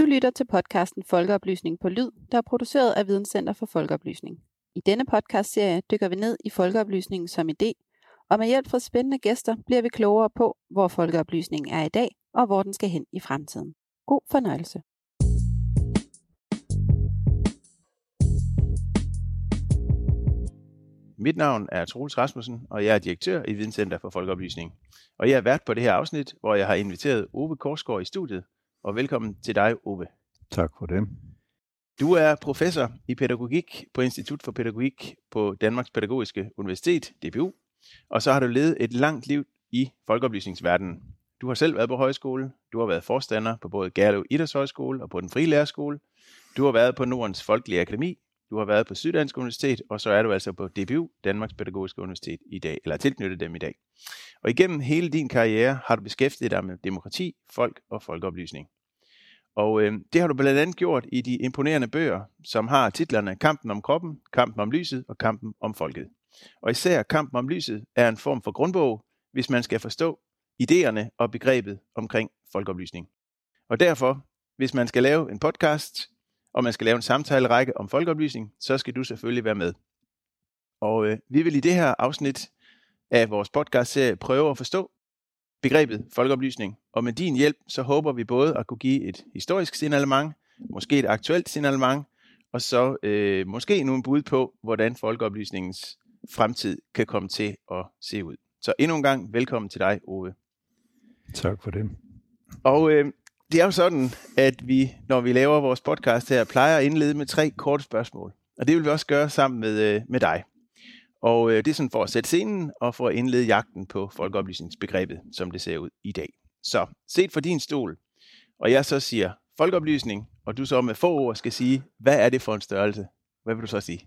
Du lytter til podcasten Folkeoplysning på Lyd, der er produceret af Videnscenter for Folkeoplysning. I denne podcastserie dykker vi ned i folkeoplysningen som idé, og med hjælp fra spændende gæster bliver vi klogere på, hvor folkeoplysningen er i dag, og hvor den skal hen i fremtiden. God fornøjelse. Mit navn er Troels Rasmussen, og jeg er direktør i Videnscenter for Folkeoplysning. Og jeg er vært på det her afsnit, hvor jeg har inviteret Ove Korsgaard i studiet. Og velkommen til dig, Ove. Tak for det. Du er professor i pædagogik på Institut for Pædagogik på Danmarks Pædagogiske Universitet, DPU. Og så har du levet et langt liv i folkeoplysningsverdenen. Du har selv været på højskole, du har været forstander på både Gerlev Idrætshøjskole og på den Frie Lærerskole. Du har været på Nordens Folkelige Akademi, du har været på Syddansk Universitet, og så er du altså på DPU, Danmarks Pædagogiske Universitet i dag, eller tilknyttet dem i dag. Og igennem hele din karriere har du beskæftiget dig med demokrati, folk og folkeoplysning. Og det har du blandt andet gjort i de imponerende bøger, som har titlerne Kampen om kroppen, Kampen om lyset og Kampen om folket. Og især Kampen om lyset er en form for grundbog, hvis man skal forstå idéerne og begrebet omkring folkeoplysning. Og derfor, hvis man skal lave en podcast, og man skal lave en samtalerække om folkeoplysning, så skal du selvfølgelig være med. Og vi vil i det her afsnit af vores podcastserie prøve at forstå begrebet folkeoplysning. Og med din hjælp, så håber vi både at kunne give et historisk signalement, måske et aktuelt signalement, og så måske nogle bud på, hvordan folkeoplysningens fremtid kan komme til at se ud. Så endnu en gang velkommen til dig, Ove. Tak for det. Og det er jo sådan, at vi, når vi laver vores podcast her, plejer at indlede med 3 korte spørgsmål. Og det vil vi også gøre sammen med dig. Og det er sådan for at sætte scenen og for at indlede jagten på folkeoplysningsbegrebet, som det ser ud i dag. Så set fra din stol, og jeg så siger folkeoplysning, og du så med få ord skal sige, hvad er det for en størrelse? Hvad vil du så sige?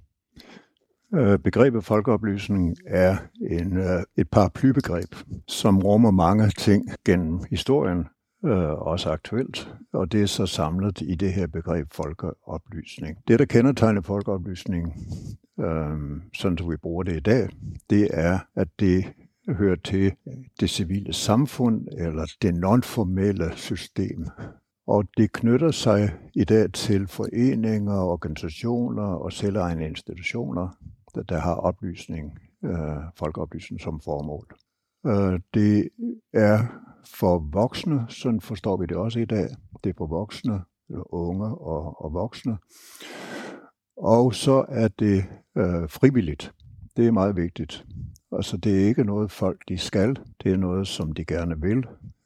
Begrebet folkeoplysning er et paraplybegreb, som rummer mange ting gennem historien, også aktuelt, og det er så samlet i det her begreb folkeoplysning. Det, der kendetegner folkeoplysning, sådan som vi bruger det i dag, det er, at det hører til det civile samfund eller det non-formelle system. Og det knytter sig i dag til foreninger, organisationer og selvejende institutioner, der har folkeoplysning som formål. Det er for voksne, sådan forstår vi det også i dag. Det er for voksne, eller unge og voksne. Og så er det frivilligt. Det er meget vigtigt. Altså det er ikke noget folk de skal, det er noget som de gerne vil.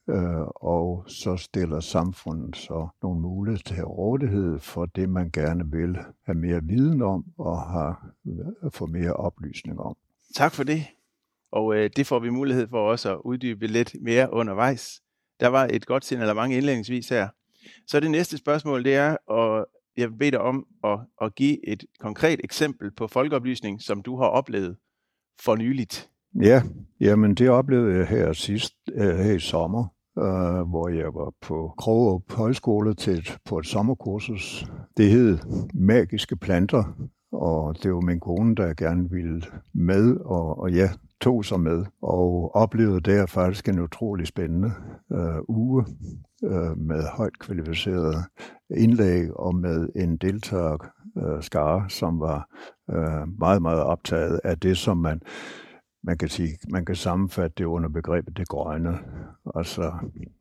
Og så stiller samfundet så nogle muligheder til rådighed for det, man gerne vil have mere viden om og få mere oplysning om. Tak for det. Og det får vi mulighed for også at uddybe lidt mere undervejs. Der var et godt signalement indledningsvis her. Så det næste spørgsmål, det er, og jeg vil bede dig om at give et konkret eksempel på folkeoplysning, som du har oplevet for nyligt. Ja, jamen det oplevede jeg her i sommer, hvor jeg var på Krogerup Højskole på et sommerkursus. Det hed Magiske Planter, og det var min kone, der gerne ville med, og jeg tog sig med, og oplevede der faktisk en utrolig spændende uge med højt kvalificerede indlæg og med en deltagerskare, som var meget, meget optaget af det, som man kan sige, man kan sammenfatte det under begrebet det grønne, altså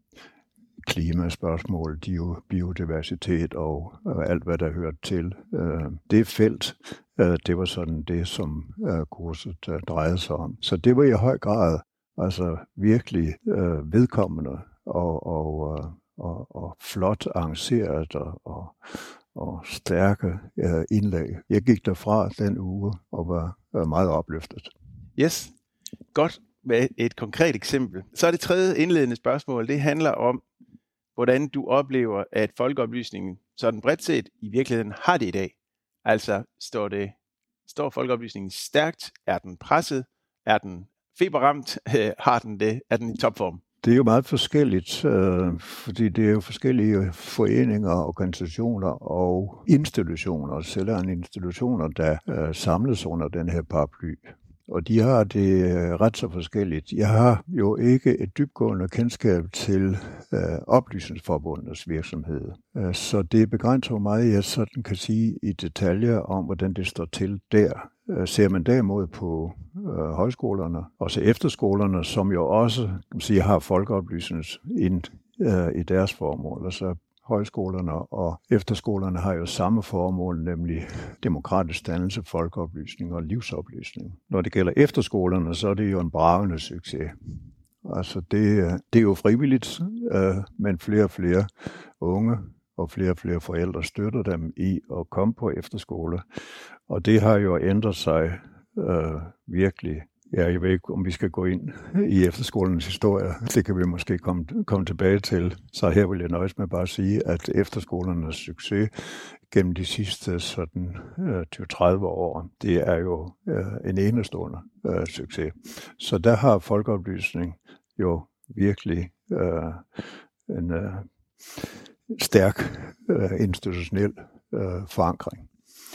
klimaspørgsmål, biodiversitet og alt, hvad der hørte til. Det felt, det var sådan det, som kurset drejede sig om. Så det var i høj grad altså virkelig vedkommende og flot arrangeret og stærke indlæg. Jeg gik derfra den uge og var meget opløftet. Yes, godt med et konkret eksempel. Så er det tredje indledende spørgsmål, det handler om, hvordan du oplever, at folkeoplysningen sådan bredt set i virkeligheden har det i dag. Altså står folkeoplysningen stærkt? Er den presset? Er den feberramt? Har den det? Er den i topform? Det er jo meget forskelligt, fordi det er jo forskellige foreninger, organisationer og institutioner, selvejende institutioner, der samles under den her paraply. Og de har det ret så forskelligt. Jeg har jo ikke et dybtgående kendskab til Oplysningsforbundets virksomhed. Så det begrænser hvor meget jeg sådan kan sige i detaljer om, hvordan det står til der. Ser man derimod på højskolerne, også efterskolerne, som jo også kan sige, har folkeoplysning i deres formål. Altså højskolerne og efterskolerne har jo samme formål, nemlig demokratisk dannelse, folkeoplysning og livsoplysning. Når det gælder efterskolerne, så er det jo en bragende succes. Altså det er jo frivilligt, men flere og flere unge og flere forældre støtter dem i at komme på efterskole. Og det har jo ændret sig virkelig. Ja, jeg ved ikke, om vi skal gå ind i efterskolens historie. Det kan vi måske komme tilbage til. Så her vil jeg nøjes med bare at sige, at efterskolernes succes gennem de sidste 20-30 år, det er jo en enestående succes. Så der har folkeoplysning jo virkelig en stærk institutionel forankring.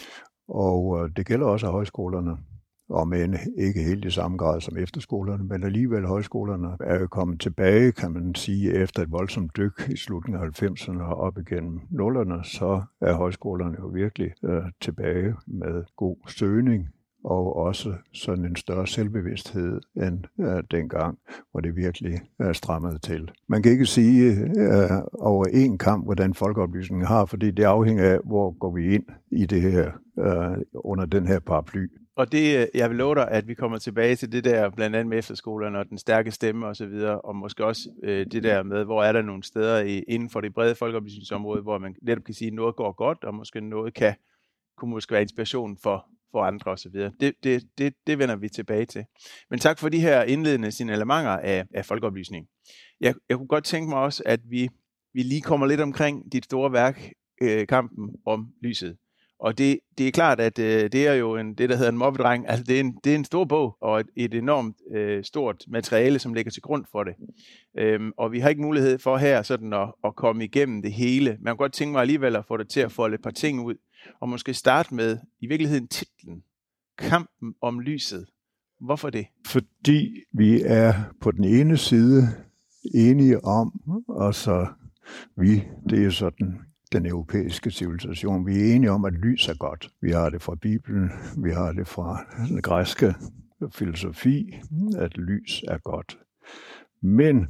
Og det gælder også af højskolerne. Og men ikke helt i samme grad som efterskolerne, men alligevel højskolerne er jo kommet tilbage, kan man sige, efter et voldsomt dyk i slutningen af 90'erne og op igennem 0'erne, så er højskolerne jo virkelig tilbage med god søgning og også sådan en større selvbevidsthed end dengang, hvor det virkelig strammede til. Man kan ikke sige over en kamp, hvordan folkeoplysningen har, fordi det afhænger af, hvor går vi ind i det her under den her paraply. Og det, jeg vil love dig, at vi kommer tilbage til det der, blandt andet med efterskolerne og den stærke stemme og så videre, og måske også det der med, hvor er der nogle steder inden for det brede folkeoplysningsområde, hvor man netop kan sige, at noget går godt, og måske noget kunne måske være inspiration for andre og så videre. Det vender vi tilbage til. Men tak for de her indledende signalementer af folkeoplysning. Jeg kunne godt tænke mig også, at vi lige kommer lidt omkring dit store værk, Kampen om lyset. Og det er klart, at det er jo det, der hedder en mobbedreng. Altså det er en stor bog og et enormt stort materiale, som ligger til grund for det. Og vi har ikke mulighed for her sådan at komme igennem det hele. Man kan godt tænke mig alligevel at få det til at folde et par ting ud. Og måske starte med i virkeligheden titlen. Kampen om lyset. Hvorfor det? Fordi vi er på den ene side enige om, og så det er sådan den europæiske civilisation. Vi er enige om, at lys er godt. Vi har det fra Bibelen, vi har det fra den græske filosofi, at lys er godt. Men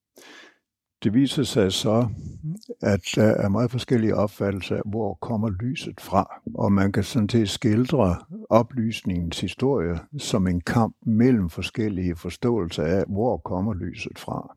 det viser sig så, at der er meget forskellige opfattelser af, hvor kommer lyset fra. Og man kan sådan til skildre oplysningens historie som en kamp mellem forskellige forståelser af, hvor kommer lyset fra.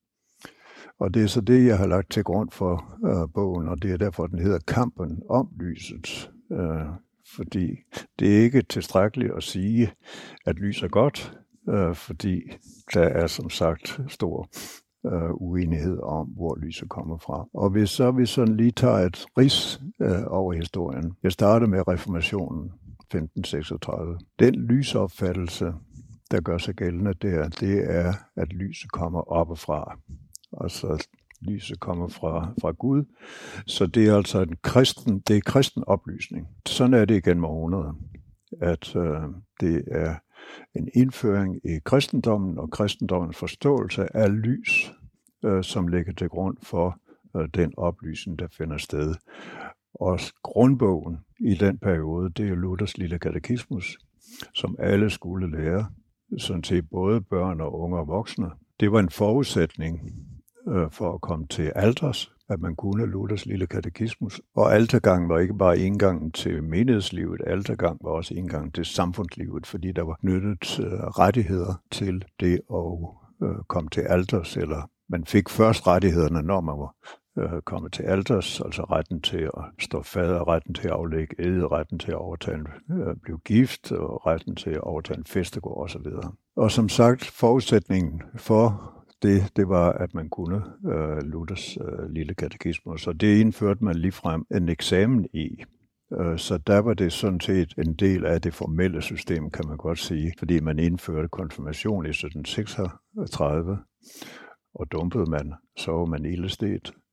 Og det er så det, jeg har lagt til grund for bogen, og det er derfor, den hedder Kampen om lyset. Fordi det er ikke tilstrækkeligt at sige, at lys er godt, fordi der er som sagt stor uenighed om, hvor lyset kommer fra. Og hvis så vi sådan lige tager et rids over historien. Jeg starter med reformationen 1536. Den lysopfattelse, der gør sig gældende der, det er, at lyset kommer oppefra. Altså lyset kommer fra Gud. Så det er altså det er kristen oplysning. Sådan er det igennem århundreder, at det er en indføring i kristendommen og kristendommens forståelse af lys, som ligger til grund for den oplysning, der finder sted. Og grundbogen i den periode, det er Luthers lille katekismus, som alle skulle lære, sådan set både børn og unge og voksne. Det var en forudsætning for at komme til alters, at man kunne Luthers lille katekismus. Og altergang var ikke bare indgangen til menighedslivet, altergang var også indgangen til samfundslivet, fordi der var knyttet rettigheder til det at komme til alters, eller man fik først rettighederne, når man var kommet til alters, altså retten til at stå fader, retten til at aflægge ed, retten til at blive gift, og retten til at overtage en festegård osv. Og som sagt, forudsætningen for det var, at man kunne Luthers lille katekismus, og det indførte man ligefrem en eksamen i. Så der var det sådan set en del af det formelle system, kan man godt sige, fordi man indførte konfirmation i 1736, og dumpede man, så var man ildestet.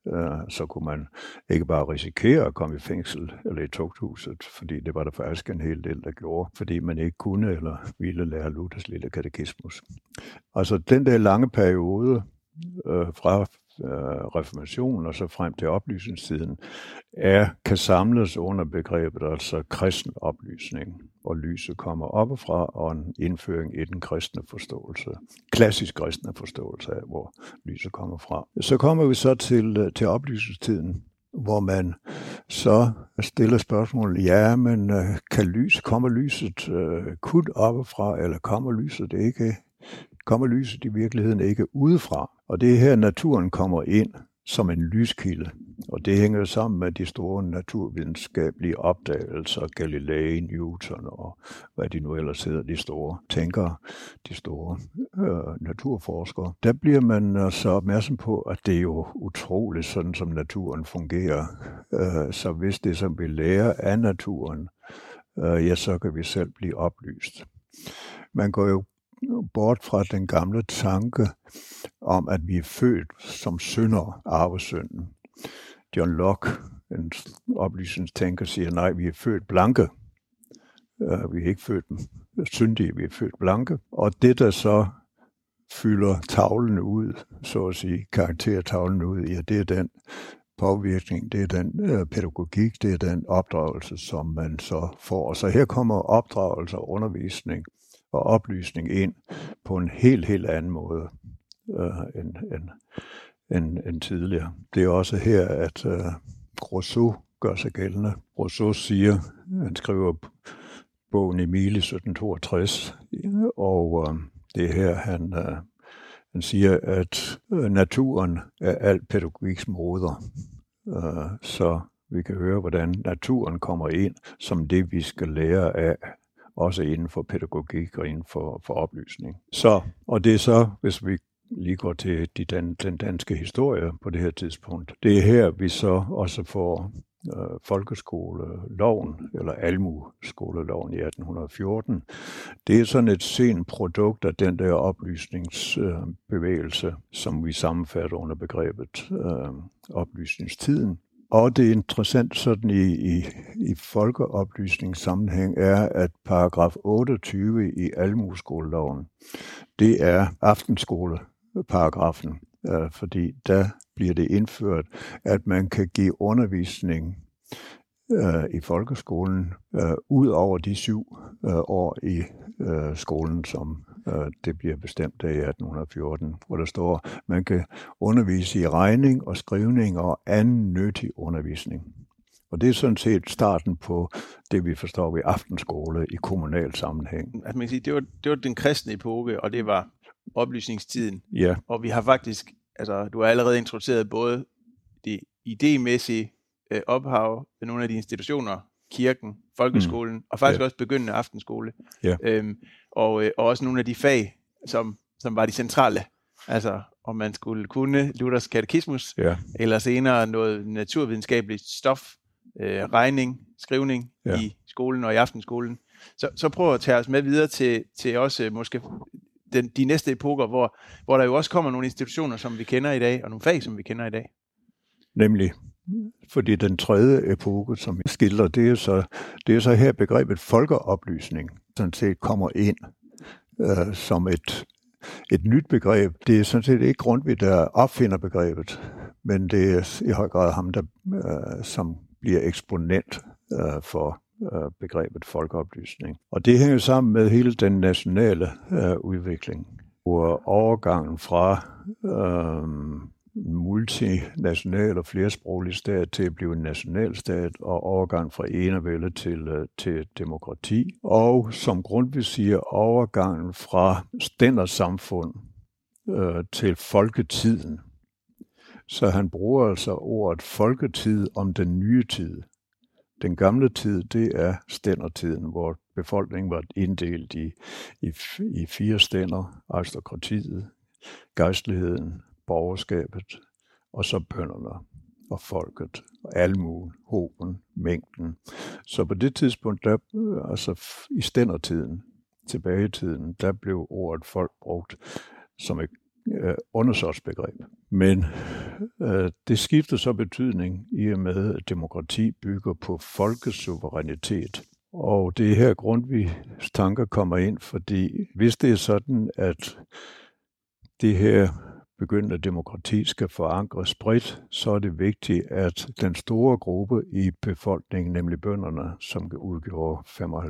så kunne man ikke bare risikere at komme i fængsel eller i tugthuset, fordi det var der faktisk en hel del, der gjorde, fordi man ikke kunne eller ville lære Luthers lille katekismus. Altså den der lange periode fra reformationen og så frem til oplysningstiden, kan samles under begrebet altså kristen oplysning, og lyset kommer oppefra, og en indføring i den kristne forståelse, klassisk kristne forståelse af, hvor lyset kommer fra. Så kommer vi så til oplysningstiden, hvor man så stiller spørgsmålet, ja, men kommer lyset kun oppefra, eller kommer lyset i virkeligheden ikke udefra? Og det er her, naturen kommer ind som en lyskilde. Og det hænger sammen med de store naturvidenskabelige opdagelser, Galilei, Newton og hvad de nu ellers hedder, de store tænkere, de store naturforskere. Der bliver man så opmærksom på, at det er jo utroligt sådan, som naturen fungerer. Så hvis det, som vi lærer af naturen, så kan vi selv blive oplyst. Man går jo bort fra den gamle tanke om, at vi er født som syndere, arvesynden. John Locke, en oplysningstænker, siger, nej, vi er født blanke. Vi er ikke født syndige, vi er født blanke. Og det, der så fylder tavlen ud, så at sige, karaktertavlen ud, ja, det er den påvirkning, det er den pædagogik, det er den opdragelse, som man så får. Og så her kommer opdragelse og undervisning og oplysning ind på en helt anden måde end tidligere. Det er også her, at Rousseau gør sig gældende. Rousseau siger, han skriver bogen Emile i 1762, og det er her, han siger, at naturen er al pædagogiks moder. Så vi kan høre, hvordan naturen kommer ind som det, vi skal lære af, også inden for pædagogik og inden for oplysning. Og det er så, hvis vi lige går til den danske historie på det her tidspunkt, det er her, vi så også får folkeskoleloven, eller almueskoleloven i 1814. Det er sådan et sent produkt af den der oplysningsbevægelse, som vi sammenfatter under begrebet oplysningstiden. Og det er interessant sådan i folkeoplysningssammenhæng er, at paragraf 28 i almueskoleloven, det er aftenskoleparagrafen, fordi der bliver det indført, at man kan give undervisning i folkeskolen ud over de 7 år i skolen, som det bliver bestemt af i 1814, hvor der står, at man kan undervise i regning og skrivning og anden nyttig undervisning. Og det er sådan set starten på det, vi forstår ved aftenskole i kommunal sammenhæng. Altså man kan sige, det var den kristne epoke, og det var oplysningstiden. Ja. Og vi har faktisk, altså du har allerede introduceret både det idémæssige ophav ved nogle af de institutioner, kirken, folkeskolen, og faktisk også begyndende aftenskole. Ja. Og også nogle af de fag, som var de centrale. Altså om man skulle kunne Luthers katekismus, eller senere noget naturvidenskabeligt stof, regning, skrivning i skolen og i aftenskolen. Så prøv at tage os med videre til også måske de næste epoker, hvor der jo også kommer nogle institutioner, som vi kender i dag, og nogle fag, som vi kender i dag. Nemlig, fordi den tredje epoke, som vi skildrer, det er så her begrebet folkeoplysning, sådan set kommer ind som et nyt begreb. Det er sådan set ikke Grundtvig, der opfinder begrebet, men det er i høj grad ham, der som bliver eksponent for begrebet folkeoplysning. Og det hænger sammen med hele den nationale udvikling, hvor overgangen fra multinational og flersproglig stat til at blive en nationalstat, og overgang fra enevælde til demokrati. Og som Grundtvig siger, overgangen fra stændersamfund til folketiden. Så han bruger altså ordet folketid om den nye tid. Den gamle tid, det er stændertiden, hvor befolkningen var inddelt i 4 stænder: aristokratiet, gejstligheden, borgerskabet, og så bønderne og folket, og almuen, hoben, mængden. Så på det tidspunkt, der, altså i stændertiden, tilbage i tiden, der blev ordet folk brugt som undersåtsbegreb. Men det skifter så betydning i og med, at demokrati bygger på folkesuverænitet. Og det er her Grundtvigs tanker kommer ind, fordi hvis det er sådan, at det her begyndende demokrati skal forankres bredt, så er det vigtigt, at den store gruppe i befolkningen, nemlig bønderne, som udgjorde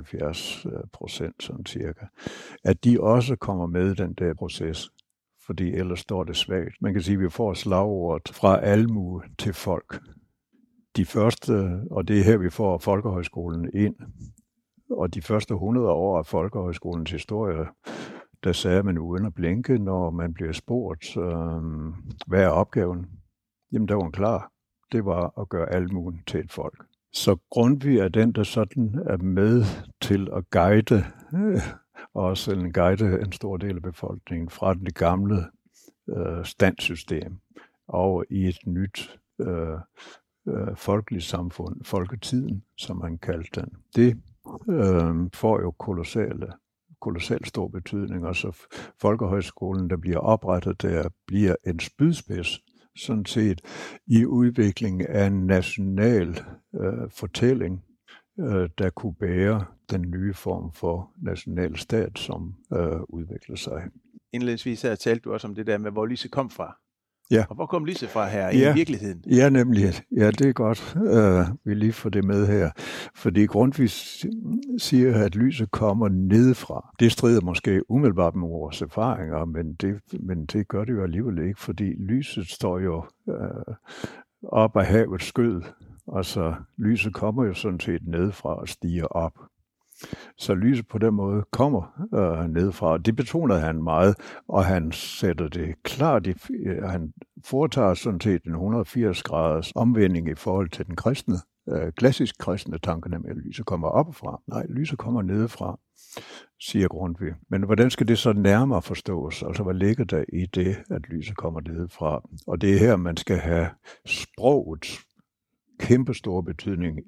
75% sådan cirka, at de også kommer med i den der proces, fordi ellers står det svagt. Man kan sige, at vi får slagordet fra almue til folk. De første, og det er her, vi får Folkehøjskolen ind, og de første 100 år af Folkehøjskolens historie, der sagde man uden at blinke, når man bliver spurgt, hvad er opgaven? Jamen, der var klar. Det var at gøre almuen til et folk. Så Grundtvig er den, der sådan er med til at guide, også guide en stor del af befolkningen fra det gamle standssystem over i et nyt folkeligt samfund, folketiden, som man kaldte den. Det får jo kolossalt stor betydning, og så Folkehøjskolen, der bliver oprettet, der bliver en spydspids, sådan set, i udviklingen af en national fortælling, der kunne bære den nye form for nationalstat, som udvikler sig. Indledningsvis her talte du også om det der med, hvor lyset kom fra. Ja. Og hvor kom lyset fra her i virkeligheden? Ja, nemlig. Ja, det er godt, vi lige får det med her. Fordi Grundtvig siger, at lyset kommer nedefra. Det strider måske umiddelbart med vores erfaringer, men det gør det jo alligevel ikke, fordi lyset står jo op af havets skød. Altså, lyset kommer jo sådan set nedefra og stiger op. Så lyset på den måde kommer nedefra. Det betoner han meget, og han sætter det klart. Han foretager sådan set en 180-graders omvending i forhold til den kristne, klassisk kristne tanke, nemlig at lyset kommer oppefra. Nej, lyset kommer nedefra, siger Grundtvig. Men hvordan skal det så nærmere forstås? Altså, hvad ligger der i det, at lyset kommer nedefra? Og det er her, man skal have sprogets kæmpestor betydning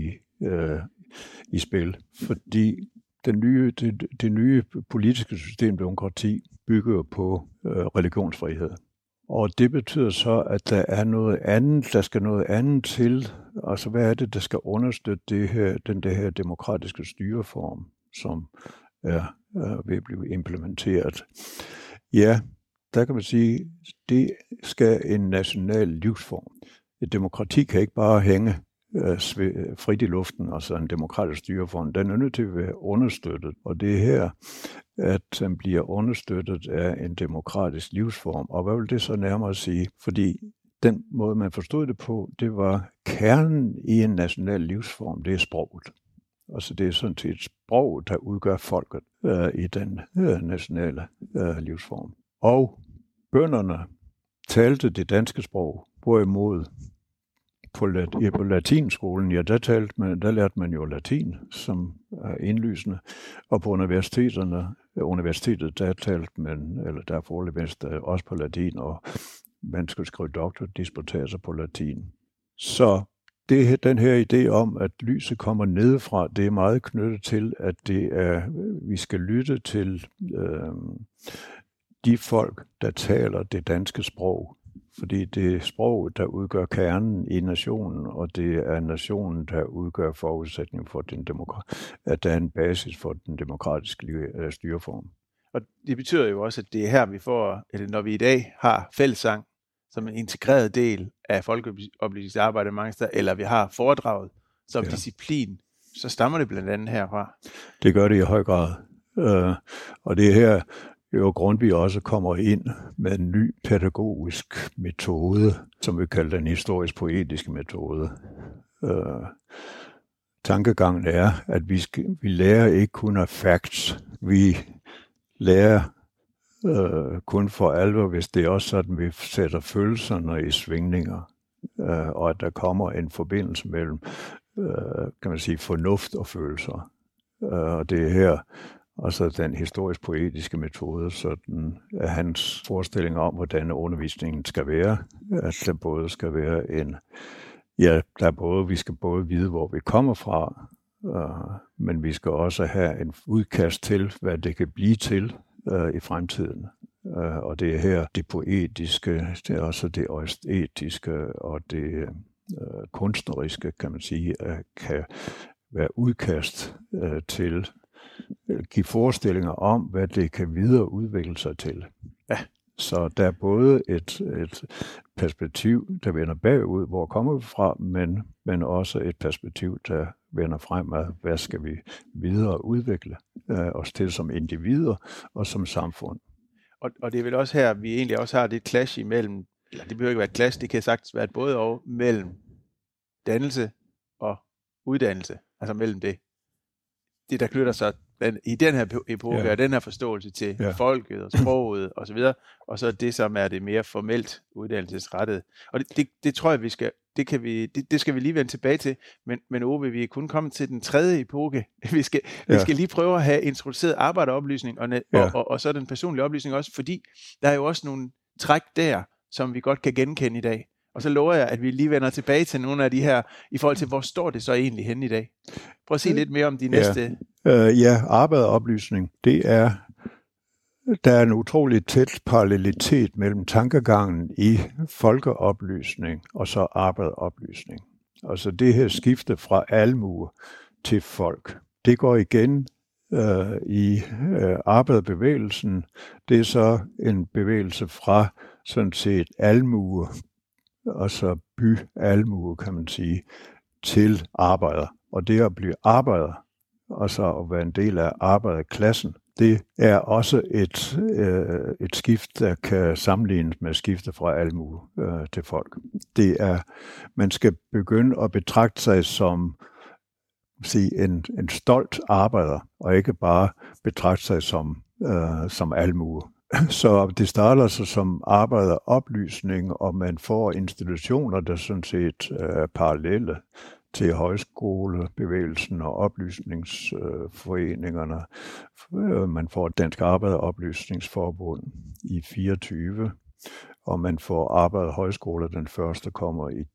i spil, fordi det nye politiske system, demokrati, bygger på religionsfrihed. Og det betyder så, at der skal noget andet til. Altså, hvad er det, der skal understøtte den her demokratiske styreform, som er ved at blive implementeret? Ja, der kan man sige, det skal en national livsform. Et demokrati kan ikke bare hænge frit i luften, altså en demokratisk styreform. Den er nødt til at være understøttet, og det er her, at den bliver understøttet af en demokratisk livsform. Og hvad vil det så nærmere sige? Fordi den måde, man forstod det på, det var kernen i en national livsform, det er sproget. Altså det er sådan set sproget, der udgør folket i den nationale livsform. Og bønderne talte det danske sprog, hvorimod på latinskolen, ja, der lærte man jo latin som indlysende, og på universitetet, der talte man, eller der foreløbigst også på latin, og man skulle skrive doktordisputatser på latin. Så den her idé om, at lyset kommer nedefra, det er meget knyttet til, at vi skal lytte til de folk, der taler det danske sprog. Fordi det er sproget, der udgør kernen i nationen, og det er nationen, der udgør forudsætningen for at der er en basis for den demokratiske styreform. Og det betyder jo også, at det er her, vi får, eller når vi i dag har fællessang som en integreret del af folkeoplysningsarbejdet mange steder, eller vi har foredraget som disciplin, så stammer det blandt andet herfra. Det gør det i høj grad. Og det er her, jo Grundtvig også kommer ind med en ny pædagogisk metode, som vi kalder den historisk-poetiske metode. Tankegangen er, at vi lærer ikke kun af facts. Vi lærer kun for alvor, hvis det er også sådan, vi sætter følelserne i svingninger, og at der kommer en forbindelse mellem, kan man sige, fornuft og følelser. Og det er her, altså den historisk-poetiske metode, sådan er hans forestilling om, hvordan undervisningen skal være. At der både skal være vi skal både vide, hvor vi kommer fra, men vi skal også have en udkast til, hvad det kan blive til i fremtiden. Og det er her det poetiske, det er også det æstetiske og det kunstneriske, kan man sige, kan være udkast til give forestillinger om, hvad det kan videre udvikle sig til. Ja. Så der er både et perspektiv, der vender bagud, hvor kommer vi fra, men også et perspektiv, der vender fremad, hvad skal vi videre udvikle os til som individer og som samfund. Og det er vel også her, vi egentlig også har det clash imellem, eller det behøver ikke være et clash, det kan sagtens være et både og mellem dannelse og uddannelse, altså mellem det der knytter sig i den her epoke, og den her forståelse til folket og sproget og så videre, og så det, som er det mere formelt uddannelsesrettet. Og det tror jeg, det skal vi lige vende tilbage til, men Ove, vi er kun kommet til den tredje epoke. Vi skal lige prøve at have introduceret arbejderoplysning og så den personlige oplysning også, fordi der er jo også nogle træk der, som vi godt kan genkende i dag. Og så lover jeg, at vi lige vender tilbage til nogle af de her, i forhold til, hvor står det så egentlig henne i dag? Prøv at sige lidt mere om de næste. Arbejderoplysning, der er en utrolig tæt parallelitet mellem tankegangen i folkeoplysning og så arbejderoplysning. Altså det her skifte fra almue til folk. Det går igen i arbejderbevægelsen. Det er så en bevægelse fra sådan set almue, og så by-almue, kan man sige, til arbejder. Og det at blive arbejder, og så at være en del af arbejderklassen, det er også et skift, der kan sammenlignes med skiftet fra almue til folk. Det er, man skal begynde at betragte sig som en stolt arbejder, og ikke bare betragte sig som almue. Så det starter sig som arbejderoplysning, og man får institutioner, der sådan set er parallelle til højskolebevægelsen og oplysningsforeningerne. Man får Dansk Arbejderoplysningsforbund i 24, og man får Arbejderhøjskole, den første kommer i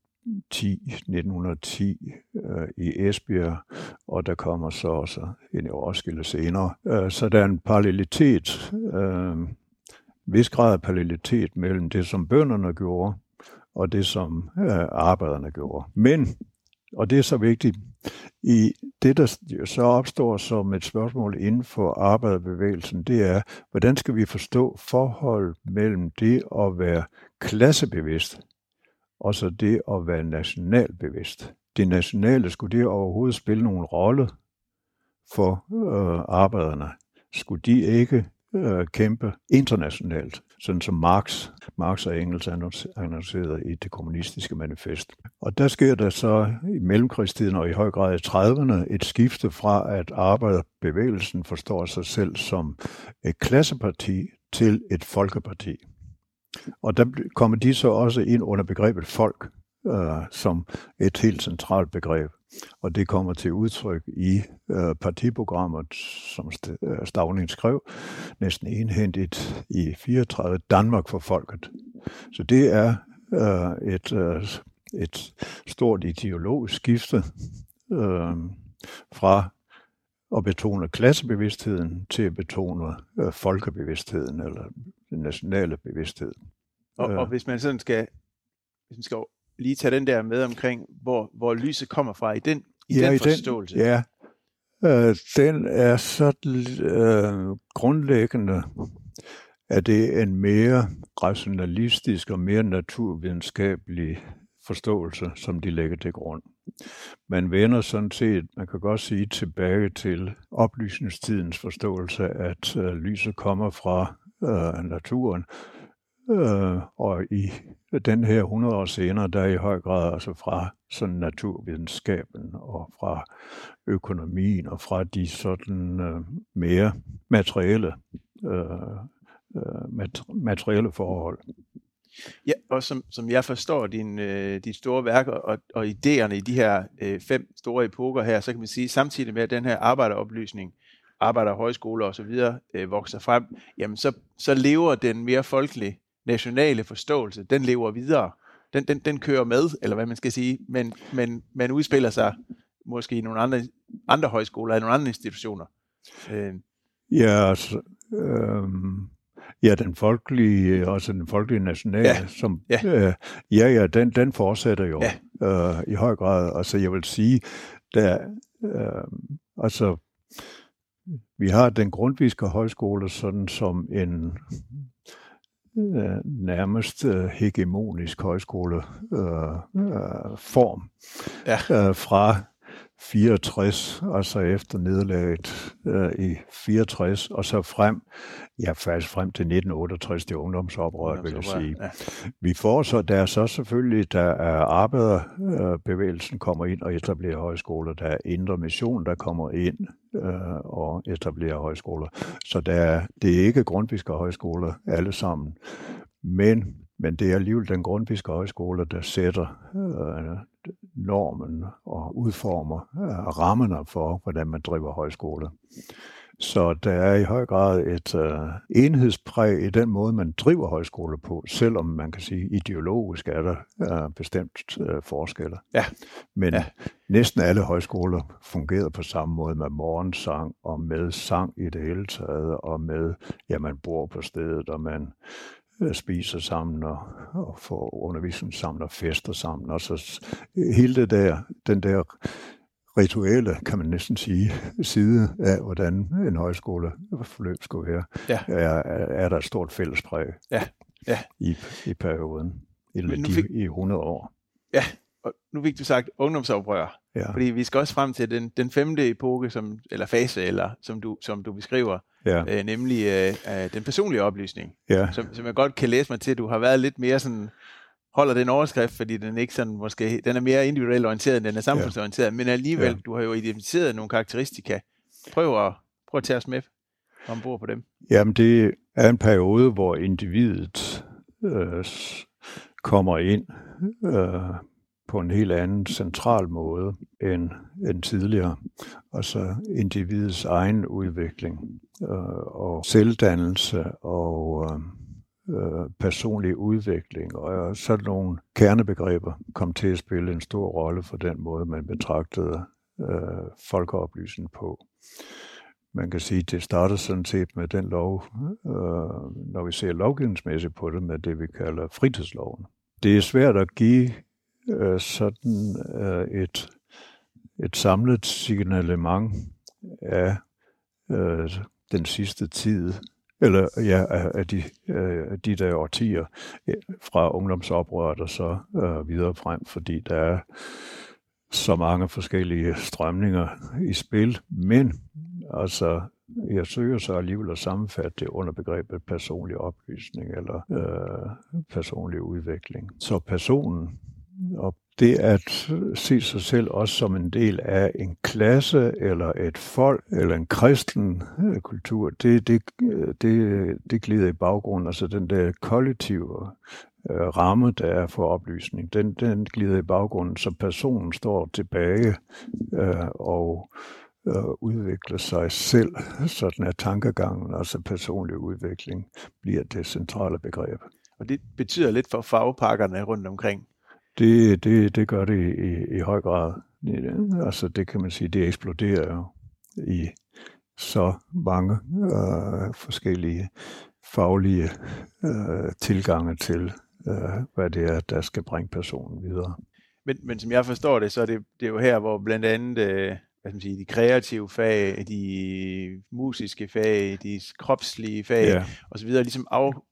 1910 i Esbjerg, og der kommer så også en i Roskilde senere. Så der er en parallelitet, vis grad af parallelitet mellem det, som bønderne gjorde, og det, som arbejderne gjorde. Men, og det er så vigtigt, i det, der så opstår som et spørgsmål inden for arbejderbevægelsen, det er, hvordan skal vi forstå forhold mellem det at være klassebevidst, og så det at være nationalbevidst. Det nationale, skulle det overhovedet spille nogen rolle for arbejderne? Skulle de ikke kæmpe internationalt, sådan som Marx og Engels annoncerede i det kommunistiske manifest. Og der sker der så i mellemkrigstiden og i høj grad i 30'erne et skifte fra, at arbejderbevægelsen forstår sig selv som et klasseparti til et folkeparti. Og der kommer de så også ind under begrebet folk, som et helt centralt begreb. Og det kommer til udtryk i partiprogrammet, som Stauning skrev, næsten enhændigt i 34, Danmark for folket. Så det er et stort ideologisk skifte fra at betone klassebevidstheden til at betone folkebevidstheden eller den nationale bevidsthed. Og hvis man sådan skal lige tage den der med omkring, hvor lyset kommer fra i den forståelse. Den er så grundlæggende, at det er en mere rationalistisk og mere naturvidenskabelig forståelse, som de lægger til grund. Man vender sådan set, man kan godt sige, tilbage til oplysningstidens forståelse, at lyset kommer fra naturen, og i den her 100 år senere, der er i høj grad altså fra sådan naturvidenskaben og fra økonomien og fra de sådan mere materielle forhold. Ja, og som jeg forstår de store værker og idéerne i de her 5 store epoker her, så kan man sige, samtidig med at den her arbejderoplysning, arbejderhøjskoler og så videre vokser frem, jamen så lever den mere folkelige nationale forståelse, den lever videre. Den kører med, eller hvad man skal sige, men udspiller sig måske i nogle andre højskoler, eller nogle andre institutioner. Ja, den folkelige nationale, den fortsætter jo i høj grad. Altså, jeg vil sige, vi har den Grundtvigske Højskole sådan som en nærmest hegemonisk højskoleform fra 64, altså efter nederlaget i 64, og så frem til 1968, det ungdomsoprør, vil jeg sige. Ja. Vi får så, der er så selvfølgelig, der er arbejderbevægelsen kommer ind og etablerer højskoler, der er Indre Mission, der kommer ind og etablerer højskoler. Så det er ikke Grundtvigske Højskoler alle sammen, men det er alligevel den Grundtvigske Højskole, der sætter normen og udformer rammerne for, hvordan man driver højskole. Så der er i høj grad et enhedspræg i den måde, man driver højskole på, selvom man kan sige, ideologisk er der bestemt forskelle. Ja. Men næsten alle højskoler fungerer på samme måde med morgensang og med sang i det hele taget, og med, man bor på stedet, og man spiser sammen og får undervisning sammen og fester sammen. Og så hele den der rituelle, kan man næsten sige, side af, hvordan en højskoleforløb skulle være, er der et stort fællespræg i perioden, i 100 år. Ja, og nu fik du sagt ungdomsoprør, fordi vi skal også frem til den femte epoke, som du beskriver, nemlig den personlige oplysning, som jeg godt kan læse mig til. Du har været lidt mere sådan, holder den overskrift, fordi den ikke sådan måske, den er mere individuelt orienteret, end den er samfundsorienteret, men alligevel, du har jo identificeret nogle karakteristika. Prøv at tage os med ombord på dem. Jamen, det er en periode, hvor individet kommer ind på en helt anden central måde end tidligere. Altså individets egen udvikling og selvdannelse og personlig udvikling, og sådan nogle kernebegreber kom til at spille en stor rolle for den måde, man betragtede folkeoplysning på. Man kan sige, at det starter sådan set med den lov, når vi ser lovgivningsmæssigt på det, med det vi kalder fritidsloven. Det er svært at give sådan et samlet signalement af den sidste tid, af de der årtier fra ungdomsoprøret og så videre frem, fordi der er så mange forskellige strømninger i spil, men altså jeg søger så alligevel at sammenfatte det under begrebet personlig oplysning eller personlig udvikling. Så personen og det at se sig selv også som en del af en klasse eller et folk eller en kristen kultur, det glider i baggrunden. Altså den der kollektive ramme, der er for oplysning, den glider i baggrunden, så personen står tilbage og udvikler sig selv. Sådan er tankegangen, altså personlig udvikling, bliver det centrale begreb. Og det betyder lidt for fagpakkerne rundt omkring? Det gør det i høj grad. Altså det kan man sige, det eksploderer jo i så mange forskellige faglige tilgange til, hvad det er, der skal bringe personen videre. Men som jeg forstår det, så er det er jo her, hvor blandt andet de kreative fag, de musiske fag, de kropslige fag osv. ligesom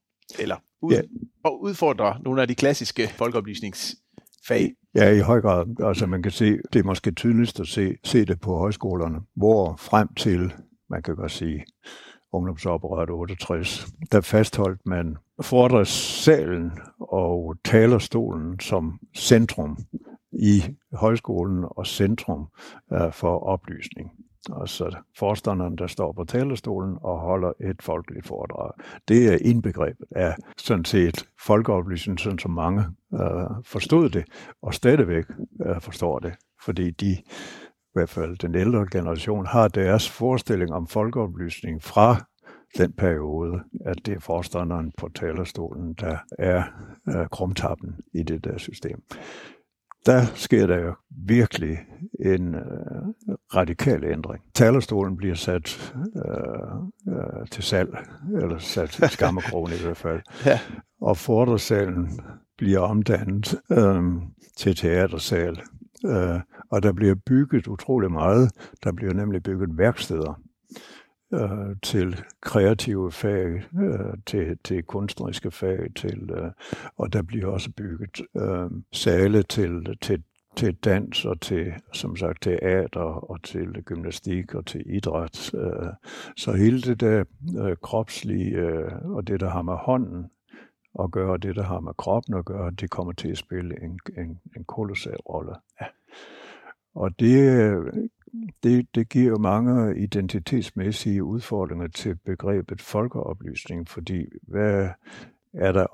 og udfordrer nogle af de klassiske folkeoplysningsfag. Ja, i høj grad. Altså man kan se, det er måske tydeligst at se det på højskolerne, hvor frem til, man kan godt sige, ungdomsoprøret 68, der fastholdt man foredragssalen og talerstolen som centrum i højskolen og centrum for oplysning. Altså forstanderen, der står på talerstolen og holder et folkeligt foredrag. Det er indbegrebet af sådan set folkeoplysning, sådan som mange forstod det, og stadigvæk forstår det, fordi de, i hvert fald den ældre generation, har deres forestilling om folkeoplysning fra den periode, at det er forstanderen på talerstolen, der er krumtappen i det der system. Der sker der jo virkelig en radikal ændring. Talerstolen bliver sat til salg, eller sat i skammerkrogen i hvert fald. Ja. Og fordersalen bliver omdannet til teatersal. Og der bliver bygget utrolig meget. Der bliver nemlig bygget værksteder til kreative fag, til kunstneriske fag, og der bliver også bygget sale til dans og til, som sagt, teater og til gymnastik og til idræt. Så hele det der kropslige og det, der har med hånden at gøre, det, der har med kroppen at gøre, det kommer til at spille en kolossal rolle. Ja. Og det giver jo mange identitetsmæssige udfordringer til begrebet folkeoplysning, fordi hvad er der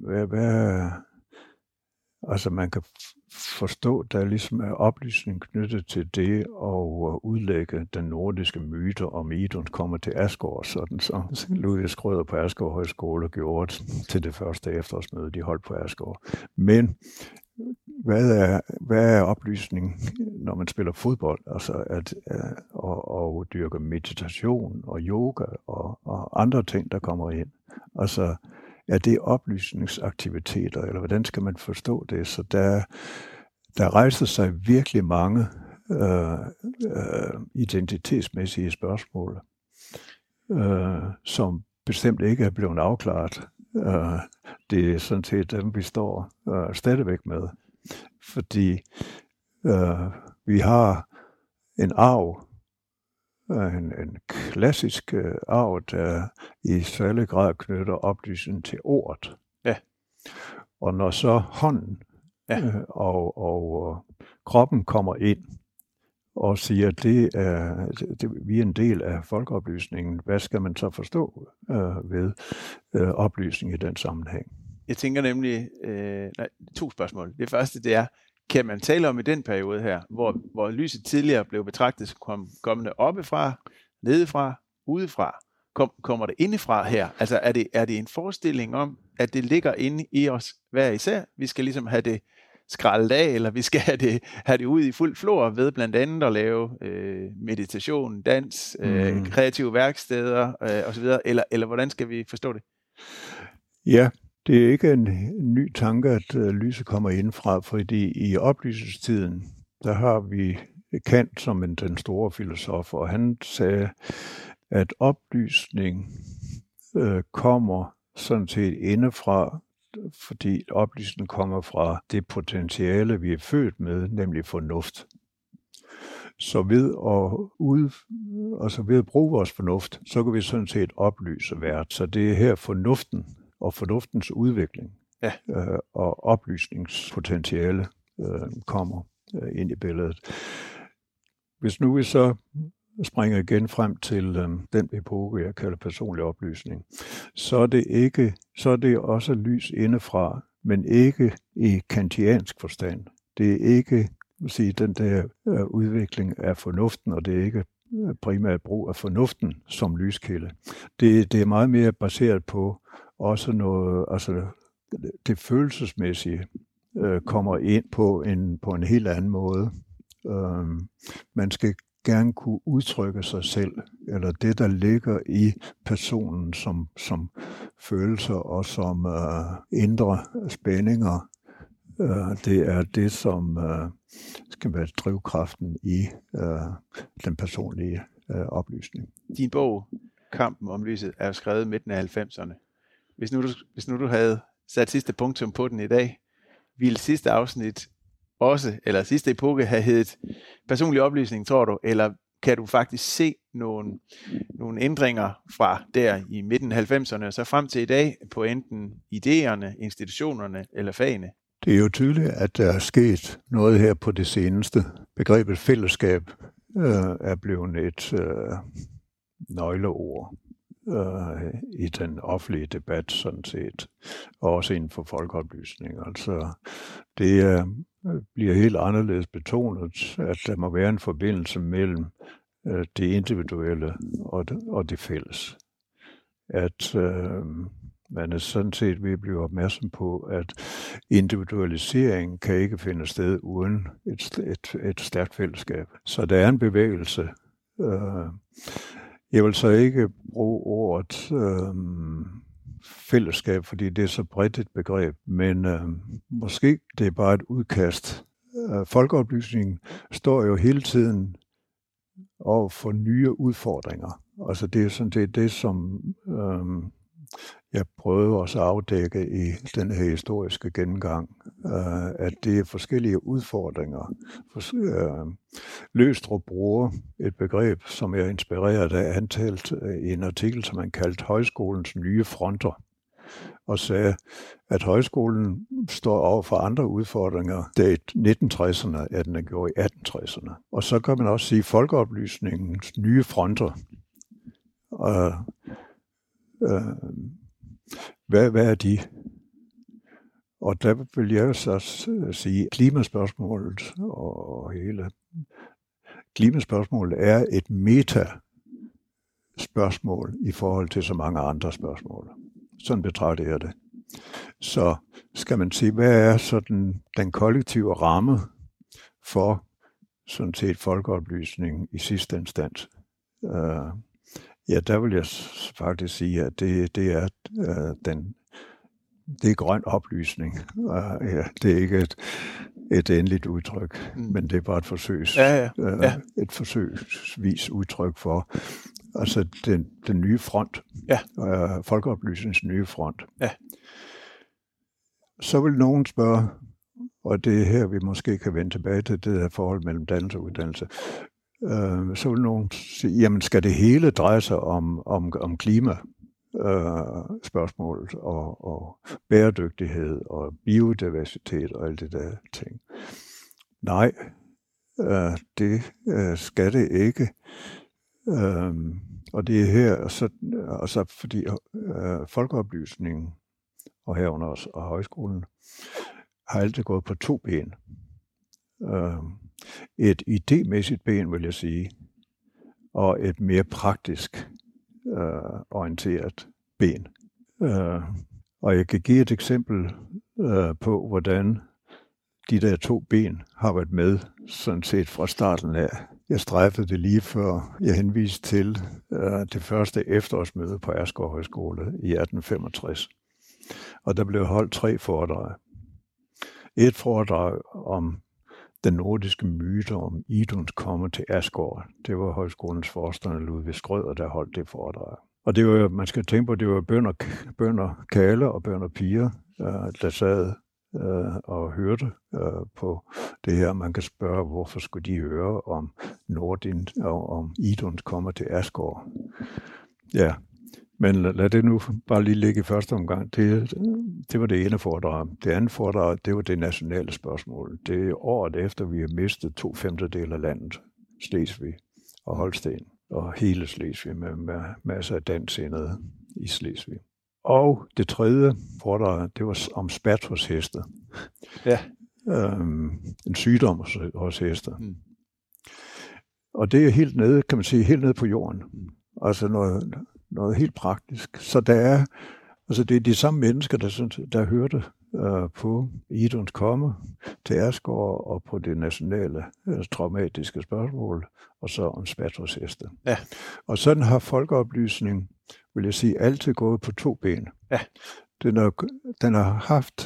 altså man kan forstå, der ligesom er oplysning knyttet til det at udlægge den nordiske myter om Idun kommer til Asgård, sådan så Ludvig Schrøder på Asgård Højskole gjorde til det første efterårsmøde, de holdt på Asgård. Men hvad er oplysning, når man spiller fodbold, altså og dyrker meditation og yoga og andre ting, der kommer ind? Altså, er det oplysningsaktiviteter, eller hvordan skal man forstå det? Så der rejser sig virkelig mange identitetsmæssige spørgsmål, som bestemt ikke er blevet afklaret. Det er sådan set dem, vi står stadigvæk med. Fordi vi har en arv, en klassisk arv, der i særlig grad knytter oplysningen til ordet. Ja. Og når så hånden og kroppen kommer ind og siger, at vi er en del af folkeoplysningen, hvad skal man så forstå ved oplysning i den sammenhæng? Jeg tænker nemlig, 2 spørgsmål. Det første, det er, kan man tale om i den periode her, hvor lyset tidligere blev betragtet som kommende oppefra, nedefra, udefra? Kommer det indefra her? Altså er det en forestilling om, at det ligger inde i os hver især? Vi skal ligesom have det skrællet af, eller vi skal have det ud i fuld flor ved blandt andet at lave meditation, dans, kreative værksteder osv., eller hvordan skal vi forstå det? Ja, det er ikke en ny tanke, at lyset kommer indfra, fordi i oplysningstiden, der har vi Kant som den store filosof, og han sagde, at oplysning kommer sådan set indefra, fordi oplysningen kommer fra det potentiale, vi er født med, nemlig fornuft. Så ved at bruge vores fornuft, så kan vi sådan set oplyse verden. Så det er her fornuften og fornuftens udvikling og oplysningspotentiale kommer ind i billedet. Hvis nu vi så springer igen frem til den epoke, jeg kalder personlig oplysning, så er det også lys indefra, men ikke i kantiansk forstand. Det er ikke den der udvikling af fornuften, og det er ikke primært brug af fornuften som lyskilde. Det er meget mere baseret på også noget, altså det følelsesmæssige kommer ind på en helt anden måde. Man skal gerne kunne udtrykke sig selv, eller det, der ligger i personen som følelser og som indre spændinger. Det er det, som skal være drivkraften i den personlige oplysning. Din bog, Kampen om lyset, er jo skrevet midten af 90'erne. Hvis nu du havde sat sidste punktum på den i dag, ville sidste afsnit også, eller sidste epoke, have heddet personlig oplysning, tror du? Eller kan du faktisk se nogle ændringer fra der i midten af 90'erne og så frem til i dag på enten idéerne, institutionerne eller fagene? Det er jo tydeligt, at der er sket noget her på det seneste. Begrebet fællesskab er blevet et nøgleord i den offentlige debat, sådan set, og også inden for folkeoplysning. Altså, det bliver helt anderledes betonet, at der må være en forbindelse mellem det individuelle og det fælles. At man er sådan set ved at blive opmærksom på, at individualisering kan ikke finde sted uden et stærkt fællesskab. Så der er en bevægelse. Jeg vil så ikke bruge ordet fællesskab, fordi det er så bredt et begreb, men måske det er bare et udkast. Folkeoplysningen står jo hele tiden over for nye udfordringer. Altså det er sådan det som jeg prøvede også at afdække i den her historiske gennemgang, at det er forskellige udfordringer. Løgstrup bruger et begreb, som jeg er inspireret af, antalt i en artikel, som han kaldte højskolens nye fronter, og sagde, at højskolen står over for andre udfordringer, der i 1960'erne, at den er gjort i 1860'erne. Og så kan man også sige folkeoplysningens nye fronter. Hvad er de? Og der vil jeg så sige, klimaspørgsmålet og hele klimaspørgsmålet er et metaspørgsmål i forhold til så mange andre spørgsmål. Sådan betragter jeg det. Så skal man sige, hvad er så den kollektive ramme for sådan set folkeoplysning i sidste instans? Ja, der vil jeg faktisk sige, at det er det er grøn oplysning. Ja, det er ikke et endeligt udtryk, men det er bare et et forsøgsvis udtryk for altså den nye front. Ja. Folkeoplysningens nye front. Ja. Så vil nogen spørge, og det er her, vi måske kan vende tilbage til det her forhold mellem dannelse og uddannelse. Så vil nogen sige, jamen skal det hele dreje sig om klimaspørgsmålet og bæredygtighed og biodiversitet og alt det der ting? Nej, det skal det ikke. Og det er her, og så fordi folkeoplysningen, og herunder også og højskolen, har altid gået på to ben. Et idémæssigt ben, vil jeg sige, og et mere praktisk orienteret ben. Og jeg kan give et eksempel på, hvordan de der to ben har været med, sådan set fra starten af. Jeg strejfede det lige før jeg henviste til det første efterårsmøde på Asker Højskole i 1865. Og der blev holdt 3 foredrag. Et foredrag om den nordiske myte om Iduns komme til Asgård. Det var højskolens forstander Ludvig Schrøder, der holdt det foredrag. Og det var, man skal tænke på, det var bønder Kale og bønder Piger, der sad og hørte på det her. Man kan spørge, hvorfor skulle de høre om Nordin og om Iduns komme til Asgård. Ja, men lad det nu bare lige ligge i første omgang. Det var det ene foredrag. Det andet foredrag, det var det nationale spørgsmål. Det er året efter, vi har mistet 2/5 af landet, Slesvig og Holsten, og hele Slesvig med masser af dansksindede i Slesvig. Og det tredje foredrag, det var om spat hos heste. Ja. En sygdom hos heste. Mm. Og det er helt nede, kan man sige, helt nede på jorden. Altså noget helt praktisk. Så det er de samme mennesker, der hørte på Iduns komme til Asgård og på det nationale traumatiske spørgsmål, og så om spat hos heste. Ja. Og sådan har folkeoplysning, vil jeg sige, altid gået på to ben. Ja. Den har haft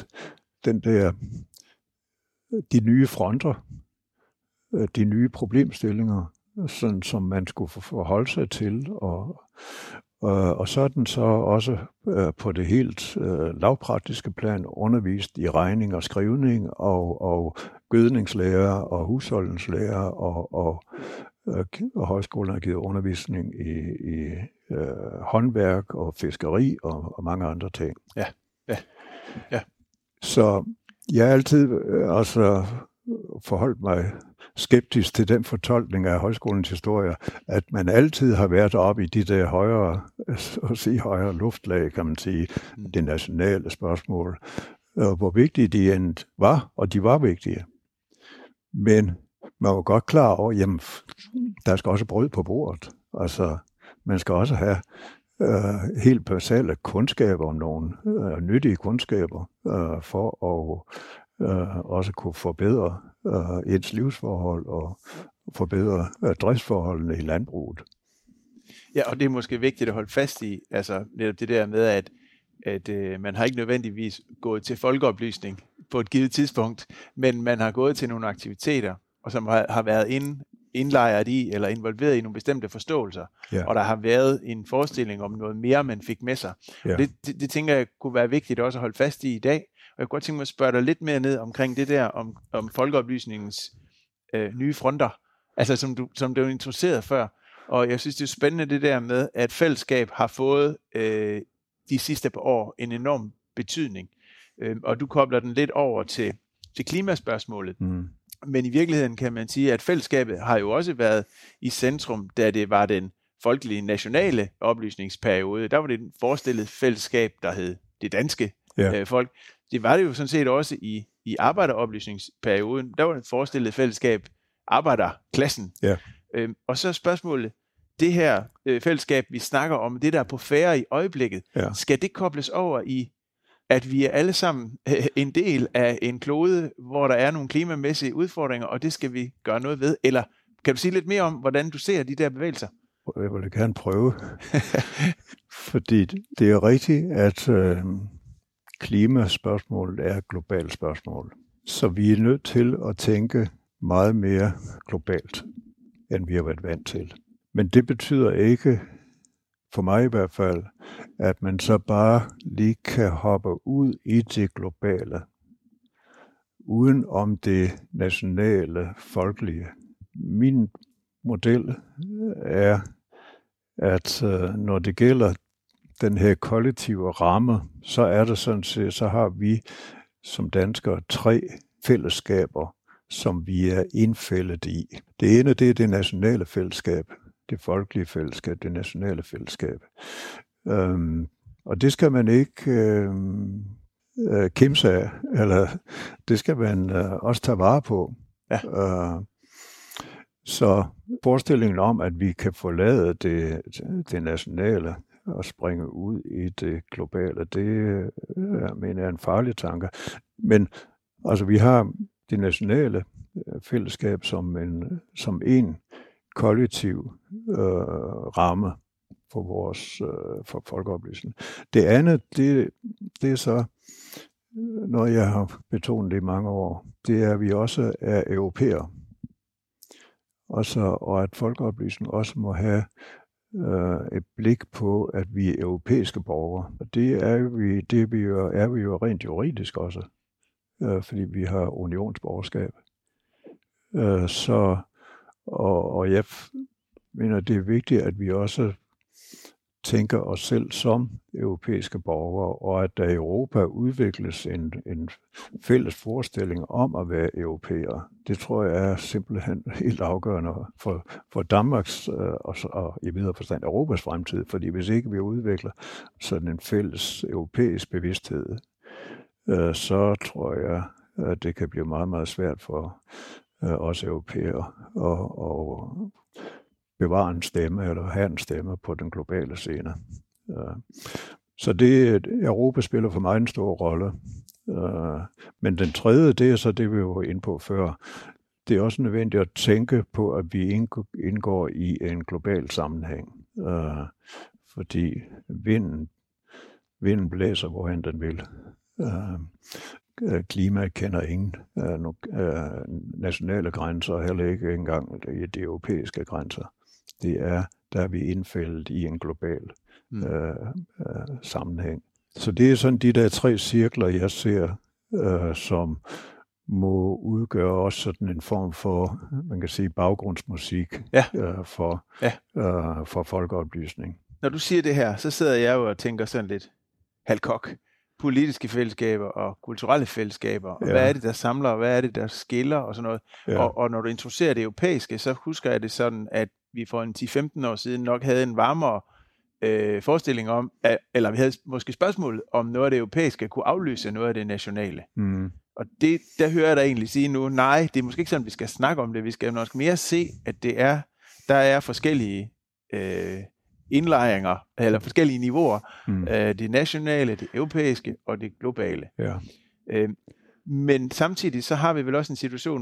de nye fronter, de nye problemstillinger, sådan som man skulle forholde sig til, og så er den så også på det helt lavpraktiske plan undervist i regning og skrivning og gødningslære og husholdningslære og højskolen har givet undervisning i håndværk og fiskeri og mange andre ting. Ja. Så jeg har altid forholdt mig skeptisk til den fortolkning af højskolens historie, at man altid har været oppe i de der højere luftlag, kan man sige, det nationale spørgsmål, hvor vigtige de end var, og de var vigtige. Men man var godt klar over, jamen, der skal også brød på bordet. Altså, man skal også have helt basale kundskaber om nogle nyttige kundskaber for at også kunne forbedre ens livsforhold og forbedre driftsforholdene i landbruget. Ja, og det er måske vigtigt at holde fast i, altså netop det der med, at man har ikke nødvendigvis gået til folkeoplysning på et givet tidspunkt, men man har gået til nogle aktiviteter, og som har været indlejret i, eller involveret i nogle bestemte forståelser, og der har været en forestilling om noget mere, man fik med sig. Ja. Det tænker jeg kunne være vigtigt også at holde fast i dag, og jeg kunne godt tænke mig at spørge dig lidt mere ned omkring det der, om folkeoplysningens nye fronter, altså som du introducerede før, og jeg synes, det er spændende det der med, at fællesskab har fået de sidste par år en enorm betydning, og du kobler den lidt over til klimaspørgsmålet. Men i virkeligheden kan man sige, at fællesskabet har jo også været i centrum, da det var den folkelige nationale oplysningsperiode. Der var det et forestillet fællesskab, der hed det danske folk. Det var det jo sådan set også i arbejderoplysningsperioden. Der var det et forestillet fællesskab, arbejderklassen. Ja. Og så spørgsmålet, det her fællesskab, vi snakker om, det der er på færre i øjeblikket, skal det kobles over i, at vi er alle sammen en del af en klode, hvor der er nogle klimamæssige udfordringer, og det skal vi gøre noget ved? Eller kan du sige lidt mere om, hvordan du ser de der bevægelser? Jeg vil gerne prøve. Fordi det er rigtigt, at klimaspørgsmålet er et globalt spørgsmål. Så vi er nødt til at tænke meget mere globalt, end vi har været vant til. Men det betyder ikke, for mig i hvert fald, at man så bare lige kan hoppe ud i det globale, uden om det nationale, folkelige. Min model er, at når det gælder den her kollektive ramme, så er det sådan set, så har vi som danskere 3 fællesskaber, som vi er indfældet i. Det ene, det er det nationale fællesskab, det folkelige fællesskab, det nationale fællesskab. Og det skal man ikke kimse af, eller det skal man også tage vare på. Ja. Så forestillingen om, at vi kan forlade det nationale og springe ud i det globale, det mener jeg er en farlig tanke. Men altså, vi har det nationale fællesskab som en kollektiv ramme for folkeoplysning. Det andet, det er så noget, jeg har betonet i mange år, det er, at vi også er europæere. Og at folkeoplysning også må have et blik på, at vi er europæiske borgere. Og det er vi jo rent juridisk også, fordi vi har unionsborgerskab. Og jeg mener, det er vigtigt, at vi også tænker os selv som europæiske borgere, og at der i Europa udvikles en fælles forestilling om at være europæere. Det tror jeg er simpelthen helt afgørende for Danmarks og i videre forstand Europas fremtid, fordi hvis ikke vi udvikler sådan en fælles europæisk bevidsthed, så tror jeg, at det kan blive meget, meget svært for os europæere og bevare en stemme eller have en stemme på den globale scene. Så Europa spiller for mig en stor rolle. Men den tredje, det er så det, vi var inde på før. Det er også nødvendigt at tænke på, at vi indgår i en global sammenhæng. Fordi vinden blæser, hvorhen den vil. Klima kender ingen nationale grænser, heller ikke engang de europæiske grænser. Der er vi indfældet i en global sammenhæng. Så det er sådan de der 3 cirkler, jeg ser, som må udgøre også sådan en form for, man kan sige, baggrundsmusik for folkeoplysning. Når du siger det her, så sidder jeg jo og tænker sådan lidt halvkok. Politiske fællesskaber og kulturelle fællesskaber, og hvad er det, der samler, og hvad er det, der skiller, og sådan noget. Ja. Og når du introducerer det europæiske, så husker jeg det sådan, at vi for en 10-15 år siden nok havde en varmere forestilling om, eller vi havde måske spørgsmål om noget af det europæiske kunne afløse noget af det nationale. Og der hører jeg dig egentlig sige nu, nej, det er måske ikke sådan, vi skal snakke om det, vi skal nok mere se, at der er forskellige indlejringer, eller forskellige niveauer, det nationale, det europæiske og det globale. Ja. Men samtidig så har vi vel også en situation, hvor der er lidt kamp om, for eksempel det nationale. Hvad betyder det? Hvad betyder for eksempel danskhed? Og hvad er det, der samler? Og hvad er det, der skiller? Og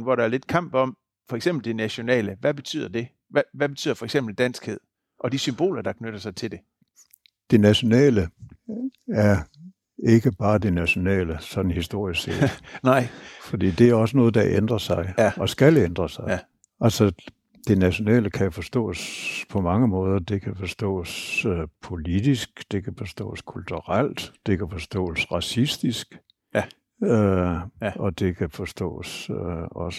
og de symboler, der knytter sig til det. Det nationale er ikke bare det nationale, sådan historisk set. Nej. Fordi det er også noget, der ændrer sig, og skal ændre sig. Ja. Altså, det nationale kan forstås på mange måder. Det kan forstås politisk, det kan forstås kulturelt, det kan forstås racistisk, og det kan forstås også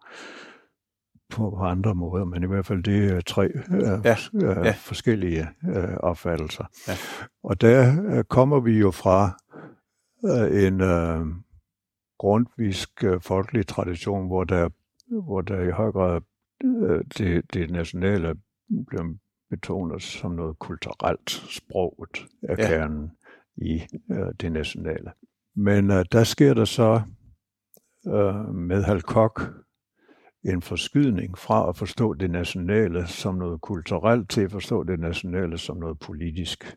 på andre måder, men i hvert fald det er 3 forskellige opfattelser. Ja. Og der kommer vi jo fra en grundtvisk folkelig tradition, hvor der i høj grad det nationale bliver betonet som noget kulturelt. Sproget er kernen i det nationale. Men der sker der så med Hal Koch en forskydning fra at forstå det nationale som noget kulturelt til at forstå det nationale som noget politisk.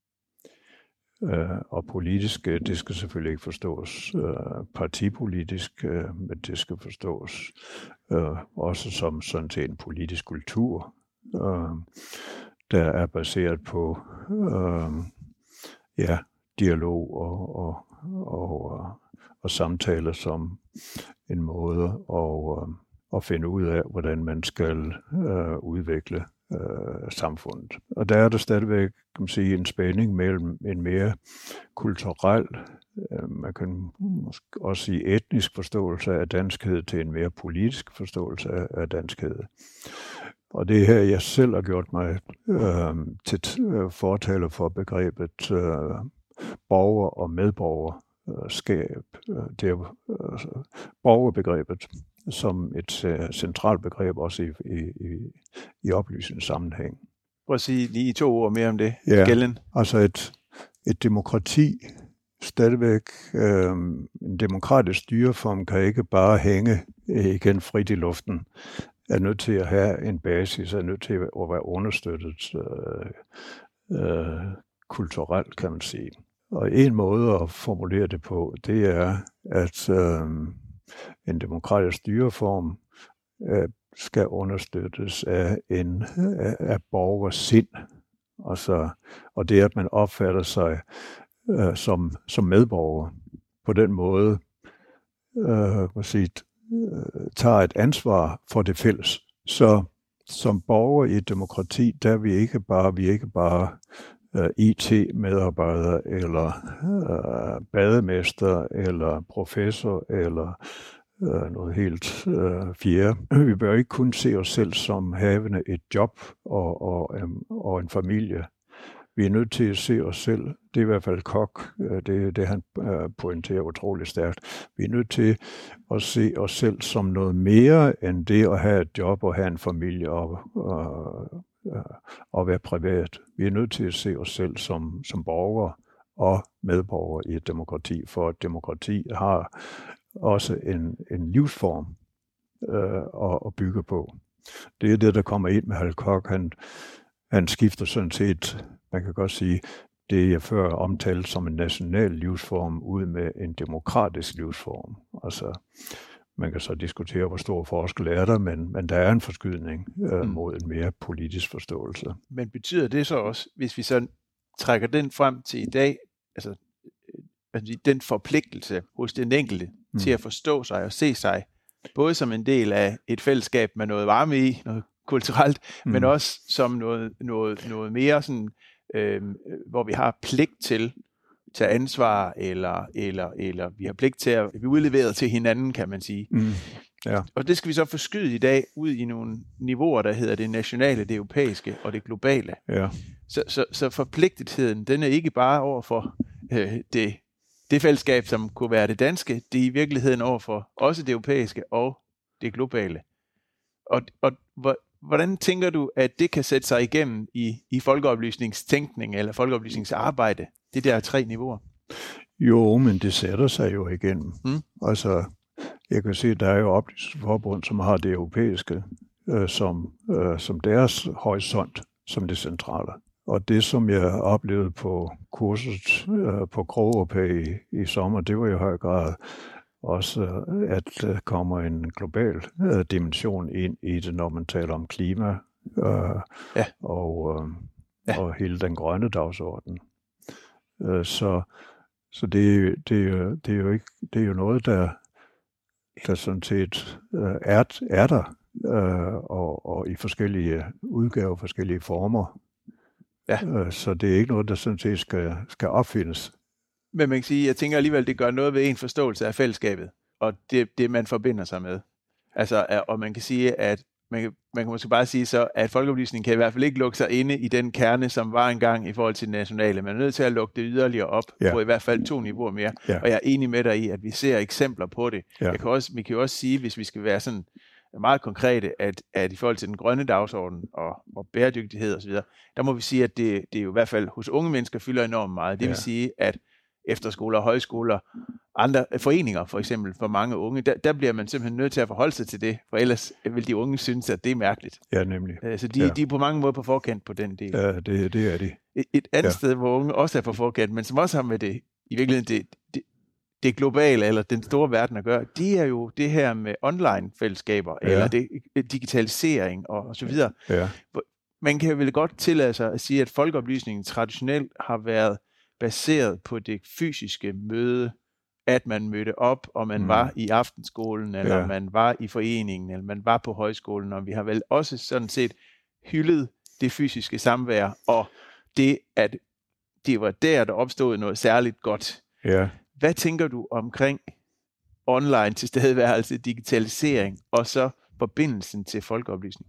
Og politisk, det skal selvfølgelig ikke forstås partipolitisk, men det skal forstås også som sådan set en politisk kultur, der er baseret på dialog og samtale som en måde at finde ud af, hvordan man skal udvikle samfundet. Og der er der stadigvæk, kan man sige, en spænding mellem en mere kulturel, man kan måske også sige etnisk forståelse af danskhed til en mere politisk forståelse af danskhed. Og det er her, jeg selv har gjort mig til fortaler for begrebet borger- og medborgerskab. Det er borgerbegrebet som et centralt begreb også i oplysningssammenhæng. Prøv at sige lige 2 ord mere om det. Ja, Skælden. Altså et demokrati, stadigvæk en demokratisk styreform kan ikke bare hænge igen frit i luften, er nødt til at have en basis, er nødt til at være understøttet kulturelt, kan man sige. Og en måde at formulere det på, det er, at en demokratisk styreform skal understøttes af borgersind. Og det er, at man opfatter sig som medborger. På den måde tager et ansvar for det fælles. Så som borger i et demokrati, der er vi ikke bare IT-medarbejder, eller bademester, eller professor, eller noget helt fjerde. Vi bør ikke kun se os selv som havende et job og en familie. Vi er nødt til at se os selv, det er i hvert fald Koch, det han pointerer utroligt stærkt. Vi er nødt til at se os selv som noget mere end det at have et job og have en familie og være privat. Vi er nødt til at se os selv som borgere og medborgere i et demokrati, for et demokrati har også en livsform at bygge på. Det er det, der kommer ind med Hal Koch. Han skifter sådan set, man kan godt sige, det jeg før omtalte som en national livsform ud med en demokratisk livsform. Altså, man kan så diskutere, hvor stor forskel er der, men der er en forskydning mod en mere politisk forståelse. Men betyder det så også, hvis vi så trækker den frem til i dag, altså den forpligtelse hos den enkelte til at forstå sig og se sig, både som en del af et fællesskab med noget varme i, noget kulturelt, men også som noget mere sådan, hvor vi har pligt til tage ansvar, eller vi har pligt til at blive udleveret til hinanden, kan man sige. Ja. Og det skal vi så forskyde i dag ud i nogle niveauer, der hedder det nationale, det europæiske og det globale. Ja. Så forpligtetheden, den er ikke bare over for det fællesskab, som kunne være det danske, det er i virkeligheden over for også det europæiske og det globale. Og hvordan tænker du, at det kan sætte sig igennem i folkeoplysningstænkning eller folkeoplysningsarbejde, det der 3 niveauer? Jo, men det sætter sig jo igennem. Altså, jeg kan se, at der er jo oplysningsforbund, som har det europæiske som deres horisont, som det centrale. Og det, som jeg oplevede på kurset på Krogerup i sommer, det var i høj grad også, at der kommer en global dimension ind i det, når man taler om klima, og hele den grønne dagsorden. Så det er jo noget, der sådan set er der, og i forskellige udgaver, forskellige former. Ja. Så det er ikke noget, der sådan set skal opfindes. Men man kan sige, jeg tænker alligevel, det gør noget ved en forståelse af fællesskabet, og det man forbinder sig med. Altså, og man kan sige, at man kan måske bare sige så, at folkeoplysningen kan i hvert fald ikke lukke sig inde i den kerne, som var engang i forhold til det nationale. Man er nødt til at lukke det yderligere op på i hvert fald 2 niveauer mere. Ja. Og jeg er enig med dig i, at vi ser eksempler på det. Ja. Vi kan jo også sige, hvis vi skal være sådan meget konkrete, at i forhold til den grønne dagsorden og bæredygtighed osv., der må vi sige, at det jo i hvert fald hos unge mennesker fylder enormt meget. Det vil sige, at efterskoler, højskoler, andre foreninger for eksempel, for mange unge, der bliver man simpelthen nødt til at forholde sig til det, for ellers vil de unge synes, at det er mærkeligt. Ja, nemlig. Så de er på mange måder på forkant på den del. Ja, det er de. Et andet sted, hvor unge også er på forkant, men som også har med det, i virkeligheden det globale, eller den store verden at gøre, det er jo det her med online-fællesskaber, eller det digitalisering og så videre. Ja. Man kan vel godt tillade sig at sige, at folkeoplysningen traditionelt har været baseret på det fysiske møde, at man mødte op, og man var i aftenskolen, eller man var i foreningen, eller man var på højskolen, og vi har vel også sådan set hyldet det fysiske samvær, og det, at det var der opstod noget særligt godt. Ja. Hvad tænker du omkring online tilstedeværelse, digitalisering, og så forbindelsen til folkeoplysning?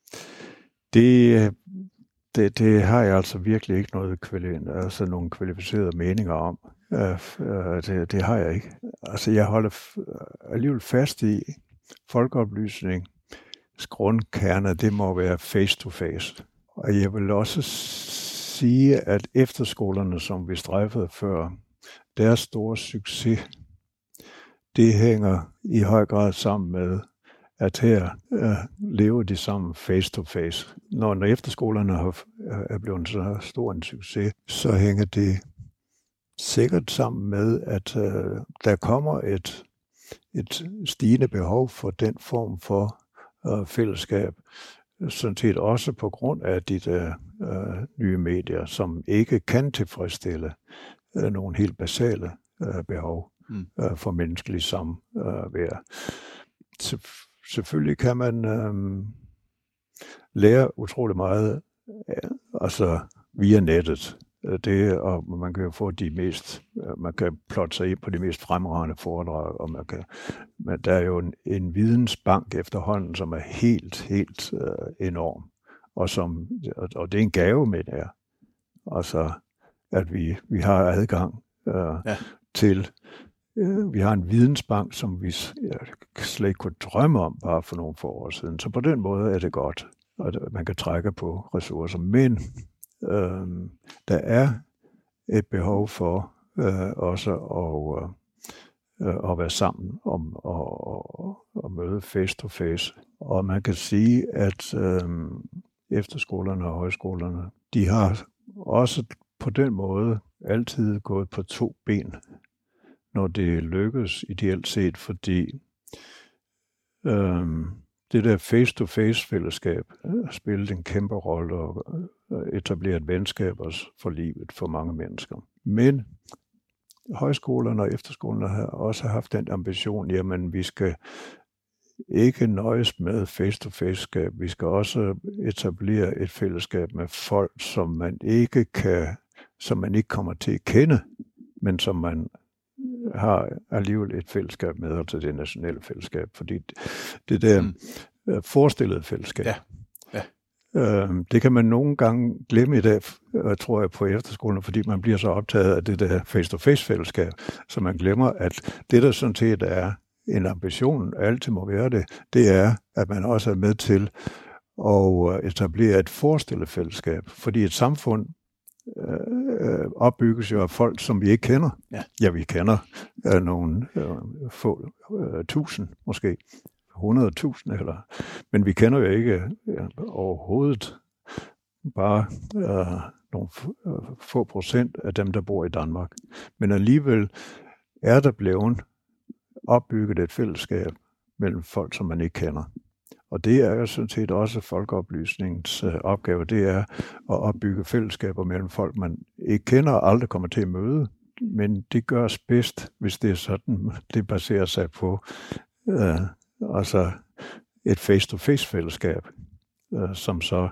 Det har jeg altså virkelig ikke nogle kvalificerede meninger om. Det har jeg ikke. Altså, jeg holder alligevel fast i folkeoplysningens grundkerne, det må være face-to-face. Og jeg vil også sige, at efterskolerne, som vi strejfede før, deres store succes, det hænger i høj grad sammen med, at her lever de sammen face-to-face. Når efterskolerne er blevet så stor en succes, så hænger det sikkert sammen med, at der kommer et stigende behov for den form for fællesskab, sådan set også på grund af de der nye medier, som ikke kan tilfredsstille nogle helt basale behov for menneskelig samvær. Selvfølgelig kan man lære utrolig meget altså via nettet. Og man kan jo få man kan plotte sig ind på de mest fremragende foredrag, og men der er jo en vidensbank efterhånden, som er helt enorm, og det er en gave med det her. Altså, at vi har adgang til. Vi har en vidensbank, som vi slet ikke kunne drømme om bare for nogle få år siden. Så på den måde er det godt, at man kan trække på ressourcer. Men der er et behov for også at være sammen og møde face to face. Og man kan sige, at efterskolerne og højskolerne, de har også på den måde altid gået på 2 ben, når det lykkes ideelt set, fordi det der face-to-face-fællesskab har spillet en kæmpe rolle og etableret venskaber for livet for mange mennesker. Men højskolerne og efterskolerne har også haft den ambition, jamen vi skal ikke nøjes med face-to-face-skab, vi skal også etablere et fællesskab med folk, som man ikke kommer til at kende, men som man har alligevel et fællesskab med, altså det nationale fællesskab, fordi det der forestillede fællesskab, det kan man nogle gange glemme i dag, tror jeg, på efterskolen, fordi man bliver så optaget af det der face-to-face-fællesskab, så man glemmer, at det, der sådan set er en ambition, altid må være det er, at man også er med til at etablere et forestillet fællesskab, fordi et samfund opbygges jo af folk, som vi ikke kender. Ja, vi kender nogle få 1000 måske, 100.000 men vi kender jo ikke overhovedet bare nogle få procent af dem, der bor i Danmark. Men alligevel er der blevet opbygget et fællesskab mellem folk, som man ikke kender. Og det er jo sådan set også folkeoplysningens opgave, det er at opbygge fællesskaber mellem folk, man ikke kender og aldrig kommer til at møde. Men det gøres bedst, hvis det er sådan, det baserer sig på altså et face-to-face-fællesskab, som så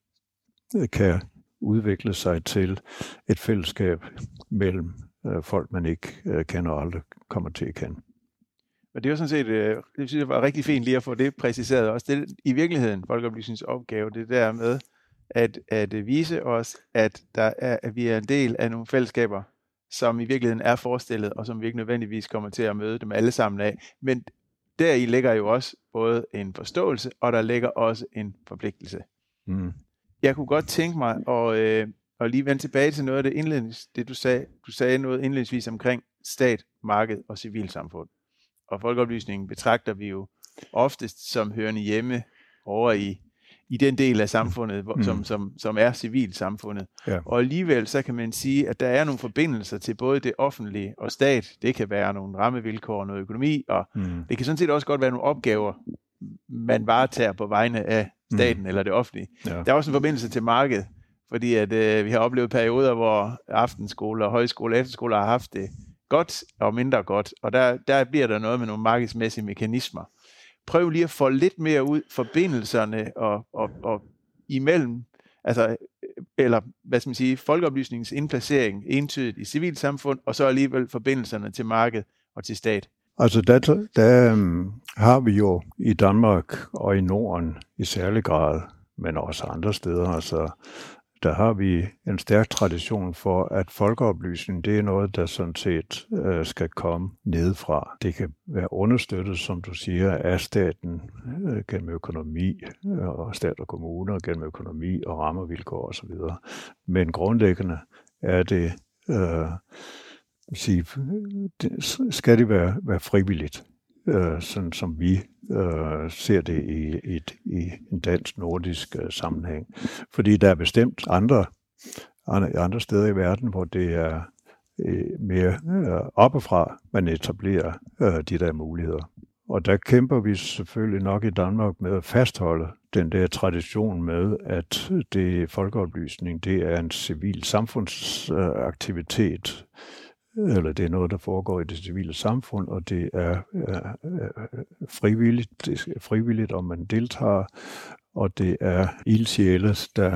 kan udvikle sig til et fællesskab mellem folk, man ikke kender og aldrig kommer til at kende. Og det er jo sådan set, det synes jeg var rigtig fint lige at få det præciseret også. Det i virkeligheden folkeoplysningsopgave, det der med at vise os, at vi er en del af nogle fællesskaber, som i virkeligheden er forestillet, og som vi ikke nødvendigvis kommer til at møde dem alle sammen af. Men deri ligger jo også både en forståelse, og der ligger også en forpligtelse. Mm. Jeg kunne godt tænke mig at lige vende tilbage til noget af det du sagde. Du sagde noget indledningsvis omkring stat, marked og civilsamfund. Og folkeoplysningen betragter vi jo oftest som hørende hjemme over i den del af samfundet, som er civilsamfundet. Ja. Og alligevel så kan man sige, at der er nogle forbindelser til både det offentlige og stat. Det kan være nogle rammevilkår og noget økonomi, og det kan sådan set også godt være nogle opgaver, man varetager på vegne af staten eller det offentlige. Ja. Der er også en forbindelse til markedet, fordi at vi har oplevet perioder, hvor aftenskoler, højskoler og efterskoler har haft det godt og mindre godt, og der bliver der noget med nogle markedsmæssige mekanismer. Prøv lige at få lidt mere ud forbindelserne og imellem, altså, eller hvad skal man sige, folkeoplysningens indplacering entydigt i civilsamfund, og så alligevel forbindelserne til marked og til stat. Altså der har vi jo i Danmark og i Norden i særlig grad, men også andre steder, altså der har vi en stærk tradition for, at folkeoplysning, det er noget, der sådan set skal komme nedefra. Det kan være understøttet, som du siger, af staten gennem økonomi, og stat og kommuner gennem økonomi og rammevilkår osv. Men grundlæggende er det, skal det være frivilligt, sådan som vi ser det i en dansk-nordisk sammenhæng. Fordi der er bestemt andre steder i verden, hvor det er mere oppefra, man etablerer de der muligheder. Og der kæmper vi selvfølgelig nok i Danmark med at fastholde den der tradition med, at folkeoplysning, det er en civil samfundsaktivitet, eller det er noget, der foregår i det civile samfund, og det er frivilligt, om man deltager, og det er ildsjæle, der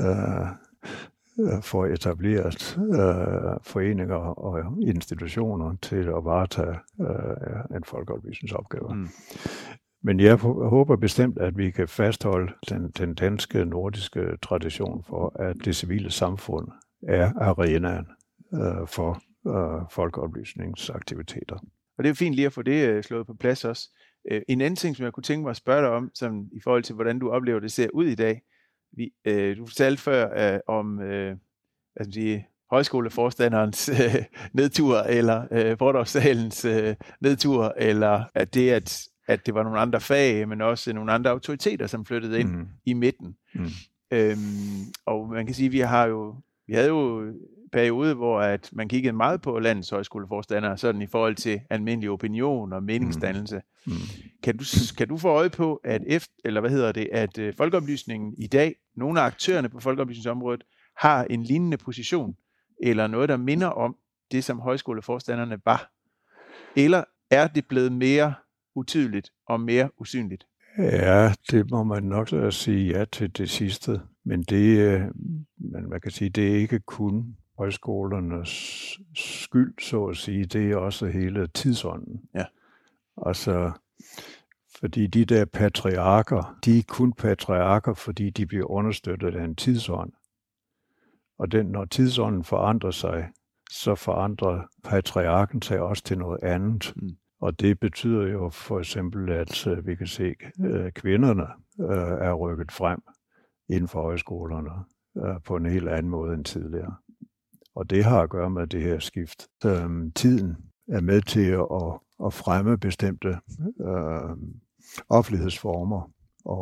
får etableret foreninger og institutioner til at varetage en folkeoplysningsopgave. Mm. Men jeg håber bestemt, at vi kan fastholde den danske, nordiske tradition for, at det civile samfund er arenaen for folkeoplysningsaktiviteter. Og det er jo fint lige at få det slået på plads også. En anden ting, som jeg kunne tænke mig at spørge dig om, som i forhold til, hvordan du oplever, det ser ud i dag. Du fortalte før om højskoleforstanderens nedtur, eller foredragssalens nedtur, eller at det var nogle andre fag, men også nogle andre autoriteter, som flyttede ind i midten. Og man kan sige, at vi havde jo periode, hvor at man kiggede meget på landets højskoleforstandere, sådan i forhold til almindelig opinion og meningsdannelse. Kan du få øje på, at folkeoplysningen i dag, nogle af aktørerne på folkeoplysningsområdet, har en lignende position, eller noget, der minder om det, som højskoleforstanderne var? Eller er det blevet mere utydeligt og mere usynligt? Ja, det må man nok sige ja til det sidste. Men man kan sige, det er ikke kun højskolernes skyld, så at sige. Det er også hele tidsånden. Ja. Altså, fordi de der patriarker, de er kun patriarker, fordi de bliver understøttet af en tidsånd. Og når tidsånden forandrer sig, så forandrer patriarken sig også til noget andet. Og det betyder jo for eksempel, at vi kan se, at kvinderne er rykket frem inden for højskolerne på en helt anden måde end tidligere. Og det har at gøre med det her skift. Tiden er med til at fremme bestemte offentlighedsformer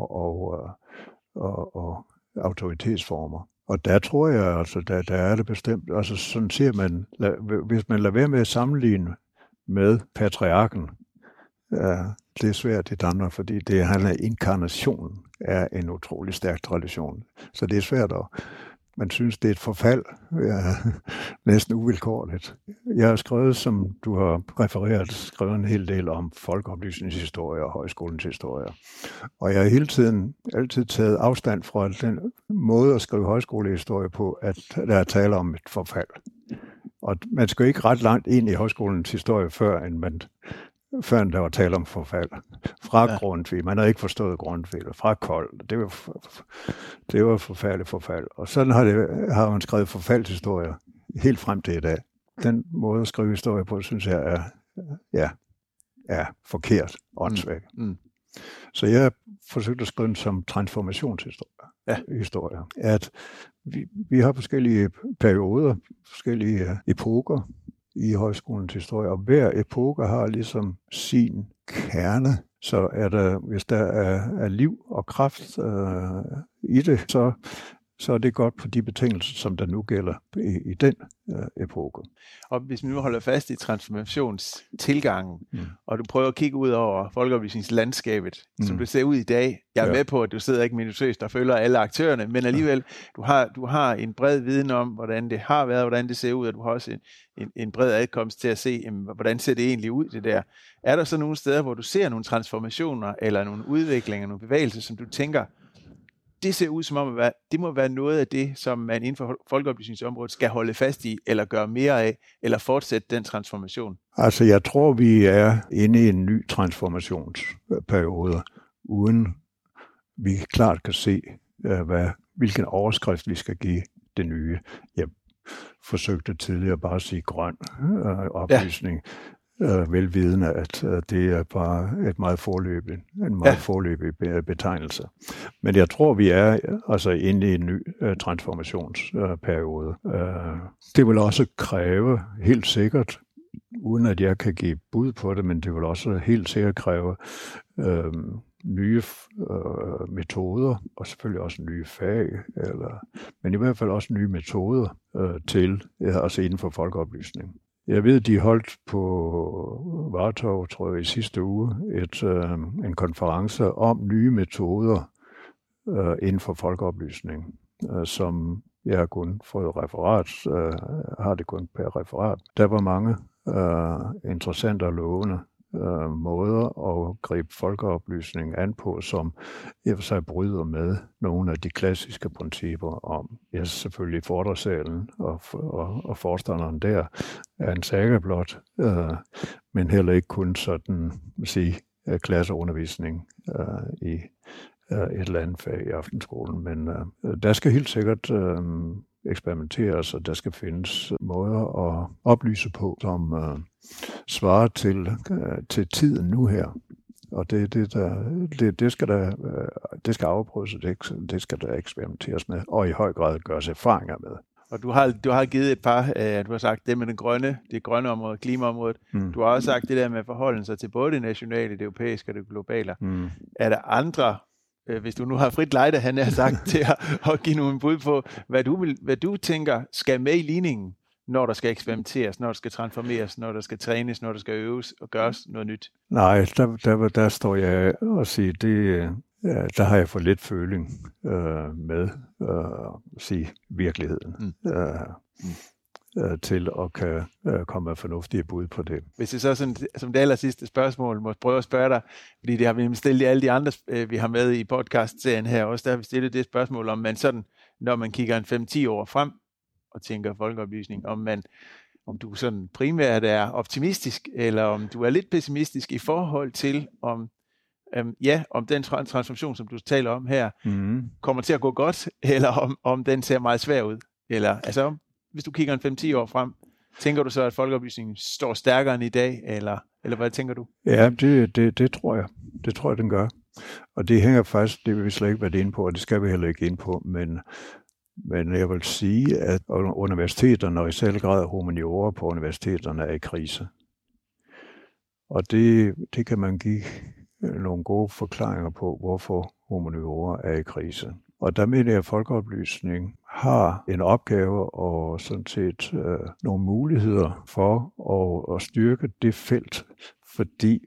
og autoritetsformer. Og der tror jeg, altså, der er det bestemt. Altså sådan siger man, hvis man lader være med at sammenligne med patriarken, det er svært i Danmark, fordi det handler inkarnationen af en utrolig stærk tradition. Så det er svært at... Man synes, det er et forfald, næsten uvilkårligt. Jeg har skrevet, som du har refereret, skrevet en hel del om folkeoplysningshistorie og højskolens historie. Og jeg har hele tiden altid taget afstand fra den måde at skrive højskolehistorie på, at der er tale om et forfald. Og man skal ikke ret langt ind i højskolens historie, før der var tale om forfald. Fra Grundtvig. Man har ikke forstået Grundtvig. Fra Kold. Det var forfærdeligt forfald. Og sådan har man skrevet forfaldshistorier helt frem til i dag. Den måde at skrive historie på, synes jeg er forkert. Åndssvagt. Så jeg forsøgte at skrive den som transformationshistorie. At vi har forskellige perioder, forskellige epoker i højskolens historie, og hver epoke har ligesom sin kerne. Så er der, hvis der er liv og kraft i det, så er det godt på de betingelser, som der nu gælder i den epoke. Og hvis vi nu holder fast i transformationstilgangen, og du prøver at kigge ud over folkeoplysningslandskabet, som det ser ud i dag. Jeg er med på, at du sidder ikke minutiøst og følger alle aktørerne, men alligevel, du har en bred viden om, hvordan det har været, hvordan det ser ud, og du har også en bred adkomst til at se, hvordan ser det egentlig ud, det der. Er der så nogle steder, hvor du ser nogle transformationer, eller nogle udviklinger, nogle bevægelser, som du tænker, det ser ud som om, at det må være noget af det, som man inden for folkeoplysningsområdet skal holde fast i, eller gøre mere af, eller fortsætte den transformation? Altså, jeg tror, vi er inde i en ny transformationsperiode, uden vi klart kan se, hvilken overskrift vi skal give det nye. Jeg forsøgte tidligere bare at sige grøn oplysning. Velvidende, at det er bare en meget foreløbig betegnelse. Men jeg tror, vi er altså inde i en ny transformationsperiode. Det vil også kræve, helt sikkert, uden at jeg kan give bud på det, men det vil også helt sikkert kræve nye metoder, og selvfølgelig også nye fag, men i hvert fald også nye metoder altså inden for folkeoplysning. Jeg ved, de holdt på Vartov, tror jeg, i sidste uge, en konference om nye metoder inden for folkeoplysning, som jeg har kun fået har det kun per referat. Der var mange interessante og lovende måder at gribe folkeoplysning an på, som i og for sig bryder med nogle af de klassiske principper om, selvfølgelig foredragssalen og forstanderen der er en saga blot, men heller ikke kun sådan, klasseundervisning i et eller andet fag i aftenskolen. Men der skal helt sikkert eksperimenteres, og der skal findes måder at oplyse på, som svarer til tiden nu her. Og det skal afprøves, og det skal der eksperimenteres med, og i høj grad gøres erfaringer med. Og du har givet et par, du har sagt det med det grønne område, klimaområdet. Du har også sagt det der med forholden sig til både det nationale, det europæiske og det globale. Er der andre, hvis du nu har frit lejde, han har sagt, til at give nogle bud på, hvad du tænker skal med i ligningen, når der skal eksperimenteres, når der skal transformeres, når der skal trænes, når der skal øves og gøres noget nyt? Nej, der står jeg og siger, der har jeg for lidt føling med at sige virkeligheden. Til at kan komme med fornuftige bud på det. Hvis det så sådan, som det aller sidste spørgsmål, må jeg prøve at spørge dig, fordi det har vi stillet i alle de andre, vi har med i podcast-serien her også, der har vi stillet det spørgsmål, om man sådan, når man kigger en 5-10 år frem og tænker folkeoplysning, om du sådan primært er optimistisk, eller om du er lidt pessimistisk i forhold til, om den transformation, som du taler om her, kommer til at gå godt, eller om den ser meget svær ud. Eller altså, hvis du kigger en 5-10 år frem, tænker du så, at folkeoplysningen står stærkere end i dag, eller hvad tænker du? Ja, det tror jeg. Det tror jeg, den gør. Og det hænger faktisk, det vil vi slet ikke være inde på, og det skal vi heller ikke ind på, men jeg vil sige, at universiteterne, og i særlig grad humaniora på universiteterne, er i krise. Og det kan man give nogle gode forklaringer på, hvorfor humaniora er i krise. Og der mener jeg, at folkeoplysning har en opgave og sådan set nogle muligheder for at styrke det felt, fordi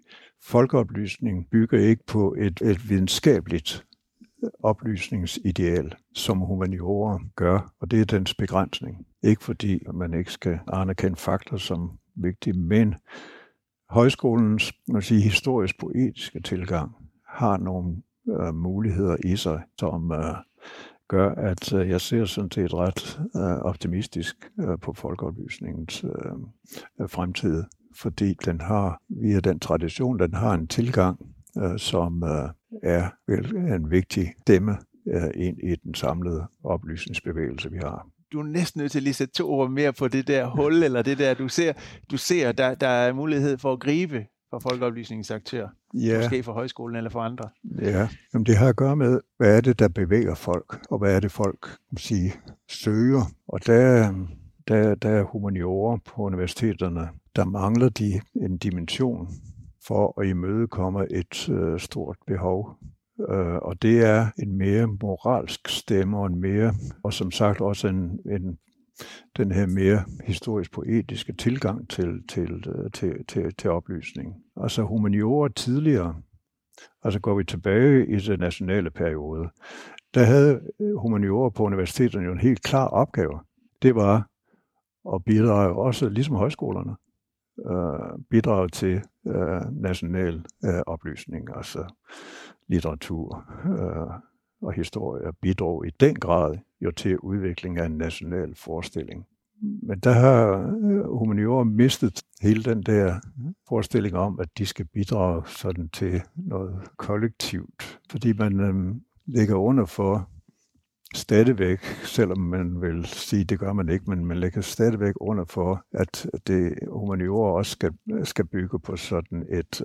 folkeoplysning bygger ikke på et videnskabeligt oplysningsideal, som humaniora gør, og det er dens begrænsning. Ikke fordi man ikke skal anerkende fakta som vigtige, men højskolens historisk-poetiske tilgang har nogle muligheder i sig, som gør, at jeg ser sådan set ret optimistisk på folkeoplysningens fremtid, fordi den har, via den tradition, den har en tilgang, som er en vigtig stemme ind i den samlede oplysningsbevægelse, vi har. Du er næsten nødt til at lige sætte 2 ord mere på det der hul, eller det der, du ser der er mulighed for at gribe for folkeoplysningens aktører. Ja. Måske for højskolen eller for andre. Ja, jamen det har at gøre med, hvad er det, der bevæger folk, og hvad er det, folk søger. Og der er humaniora på universiteterne, der mangler de en dimension for at imødekomme et stort behov. Og det er en mere moralsk stemme, og som sagt også den her mere historisk-poetiske tilgang til oplysning. Altså humaniora tidligere, altså går vi tilbage i den nationale periode, der havde humaniora på universiteterne jo en helt klar opgave. Det var at bidrage også, ligesom højskolerne, bidrage til national oplysning, altså litteratur og historie, bidrog i den grad jo til udvikling af en national forestilling. Men der har humaniora mistet hele den der forestilling om, at de skal bidrage sådan til noget kollektivt, fordi man ligger under for stadigvæk, selvom man vil sige, det gør man ikke, men man ligger stadigvæk under for, at det humaniora også skal bygge på sådan et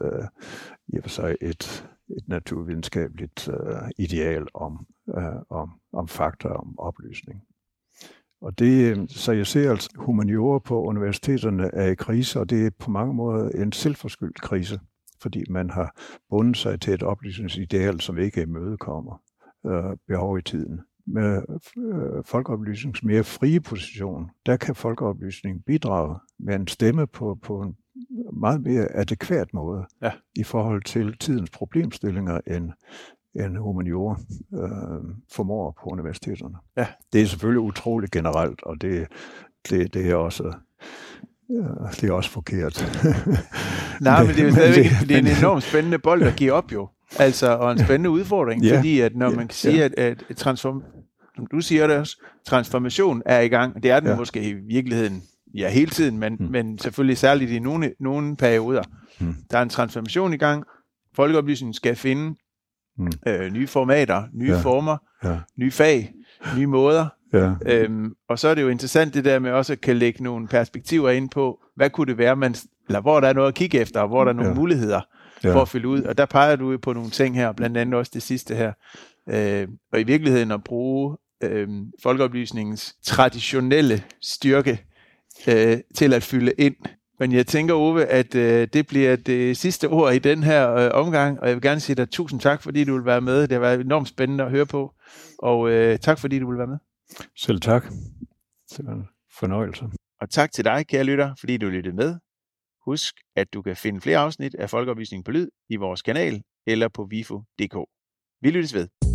naturvidenskabeligt ideal om fakta, om oplysning. Og så jeg ser altså, humaniora på universiteterne er i krise, og det er på mange måder en selvforskyldt krise, fordi man har bundet sig til et oplysningsideal, som ikke imødekommer behov i tiden. Med folkeoplysningens mere frie position, der kan folkeoplysningen bidrage med en stemme på en meget mere adekvat måde i forhold til tidens problemstillinger, end humaniora formår på universiteterne. Ja. Det er selvfølgelig utroligt generelt, og det er også... det er også forkert. Nej, men det er jo stadigvæk det er en enormt spændende bold at give op jo. Altså, og en spændende udfordring, fordi at når man kan sige, at som du siger det også, transformation er i gang. Det er den måske i virkeligheden, hele tiden, men selvfølgelig særligt i nogle perioder. Der er en transformation i gang. Folkeoplysningen skal finde nye formater, nye former, nye fag, nye måder. Ja. Og så er det jo interessant det der med også at kan lægge nogle perspektiver ind på, hvad kunne det være, eller hvor der er noget at kigge efter, og hvor der er nogle muligheder for at fylde ud. Og der peger du jo på nogle ting her, blandt andet også det sidste her. Og i virkeligheden at bruge folkeoplysningens traditionelle styrke til at fylde ind. Men jeg tænker, Ove, at det bliver det sidste ord i den her omgang, og jeg vil gerne sige dig tusind tak, fordi du vil være med. Det har været enormt spændende at høre på, og tak fordi du vil være med. Selv tak. Det var en fornøjelse. Og tak til dig, kære lytter, fordi du lyttede med. Husk, at du kan finde flere afsnit af Folkeoplysning på Lyd i vores kanal eller på vifo.dk. Vi lyttes ved.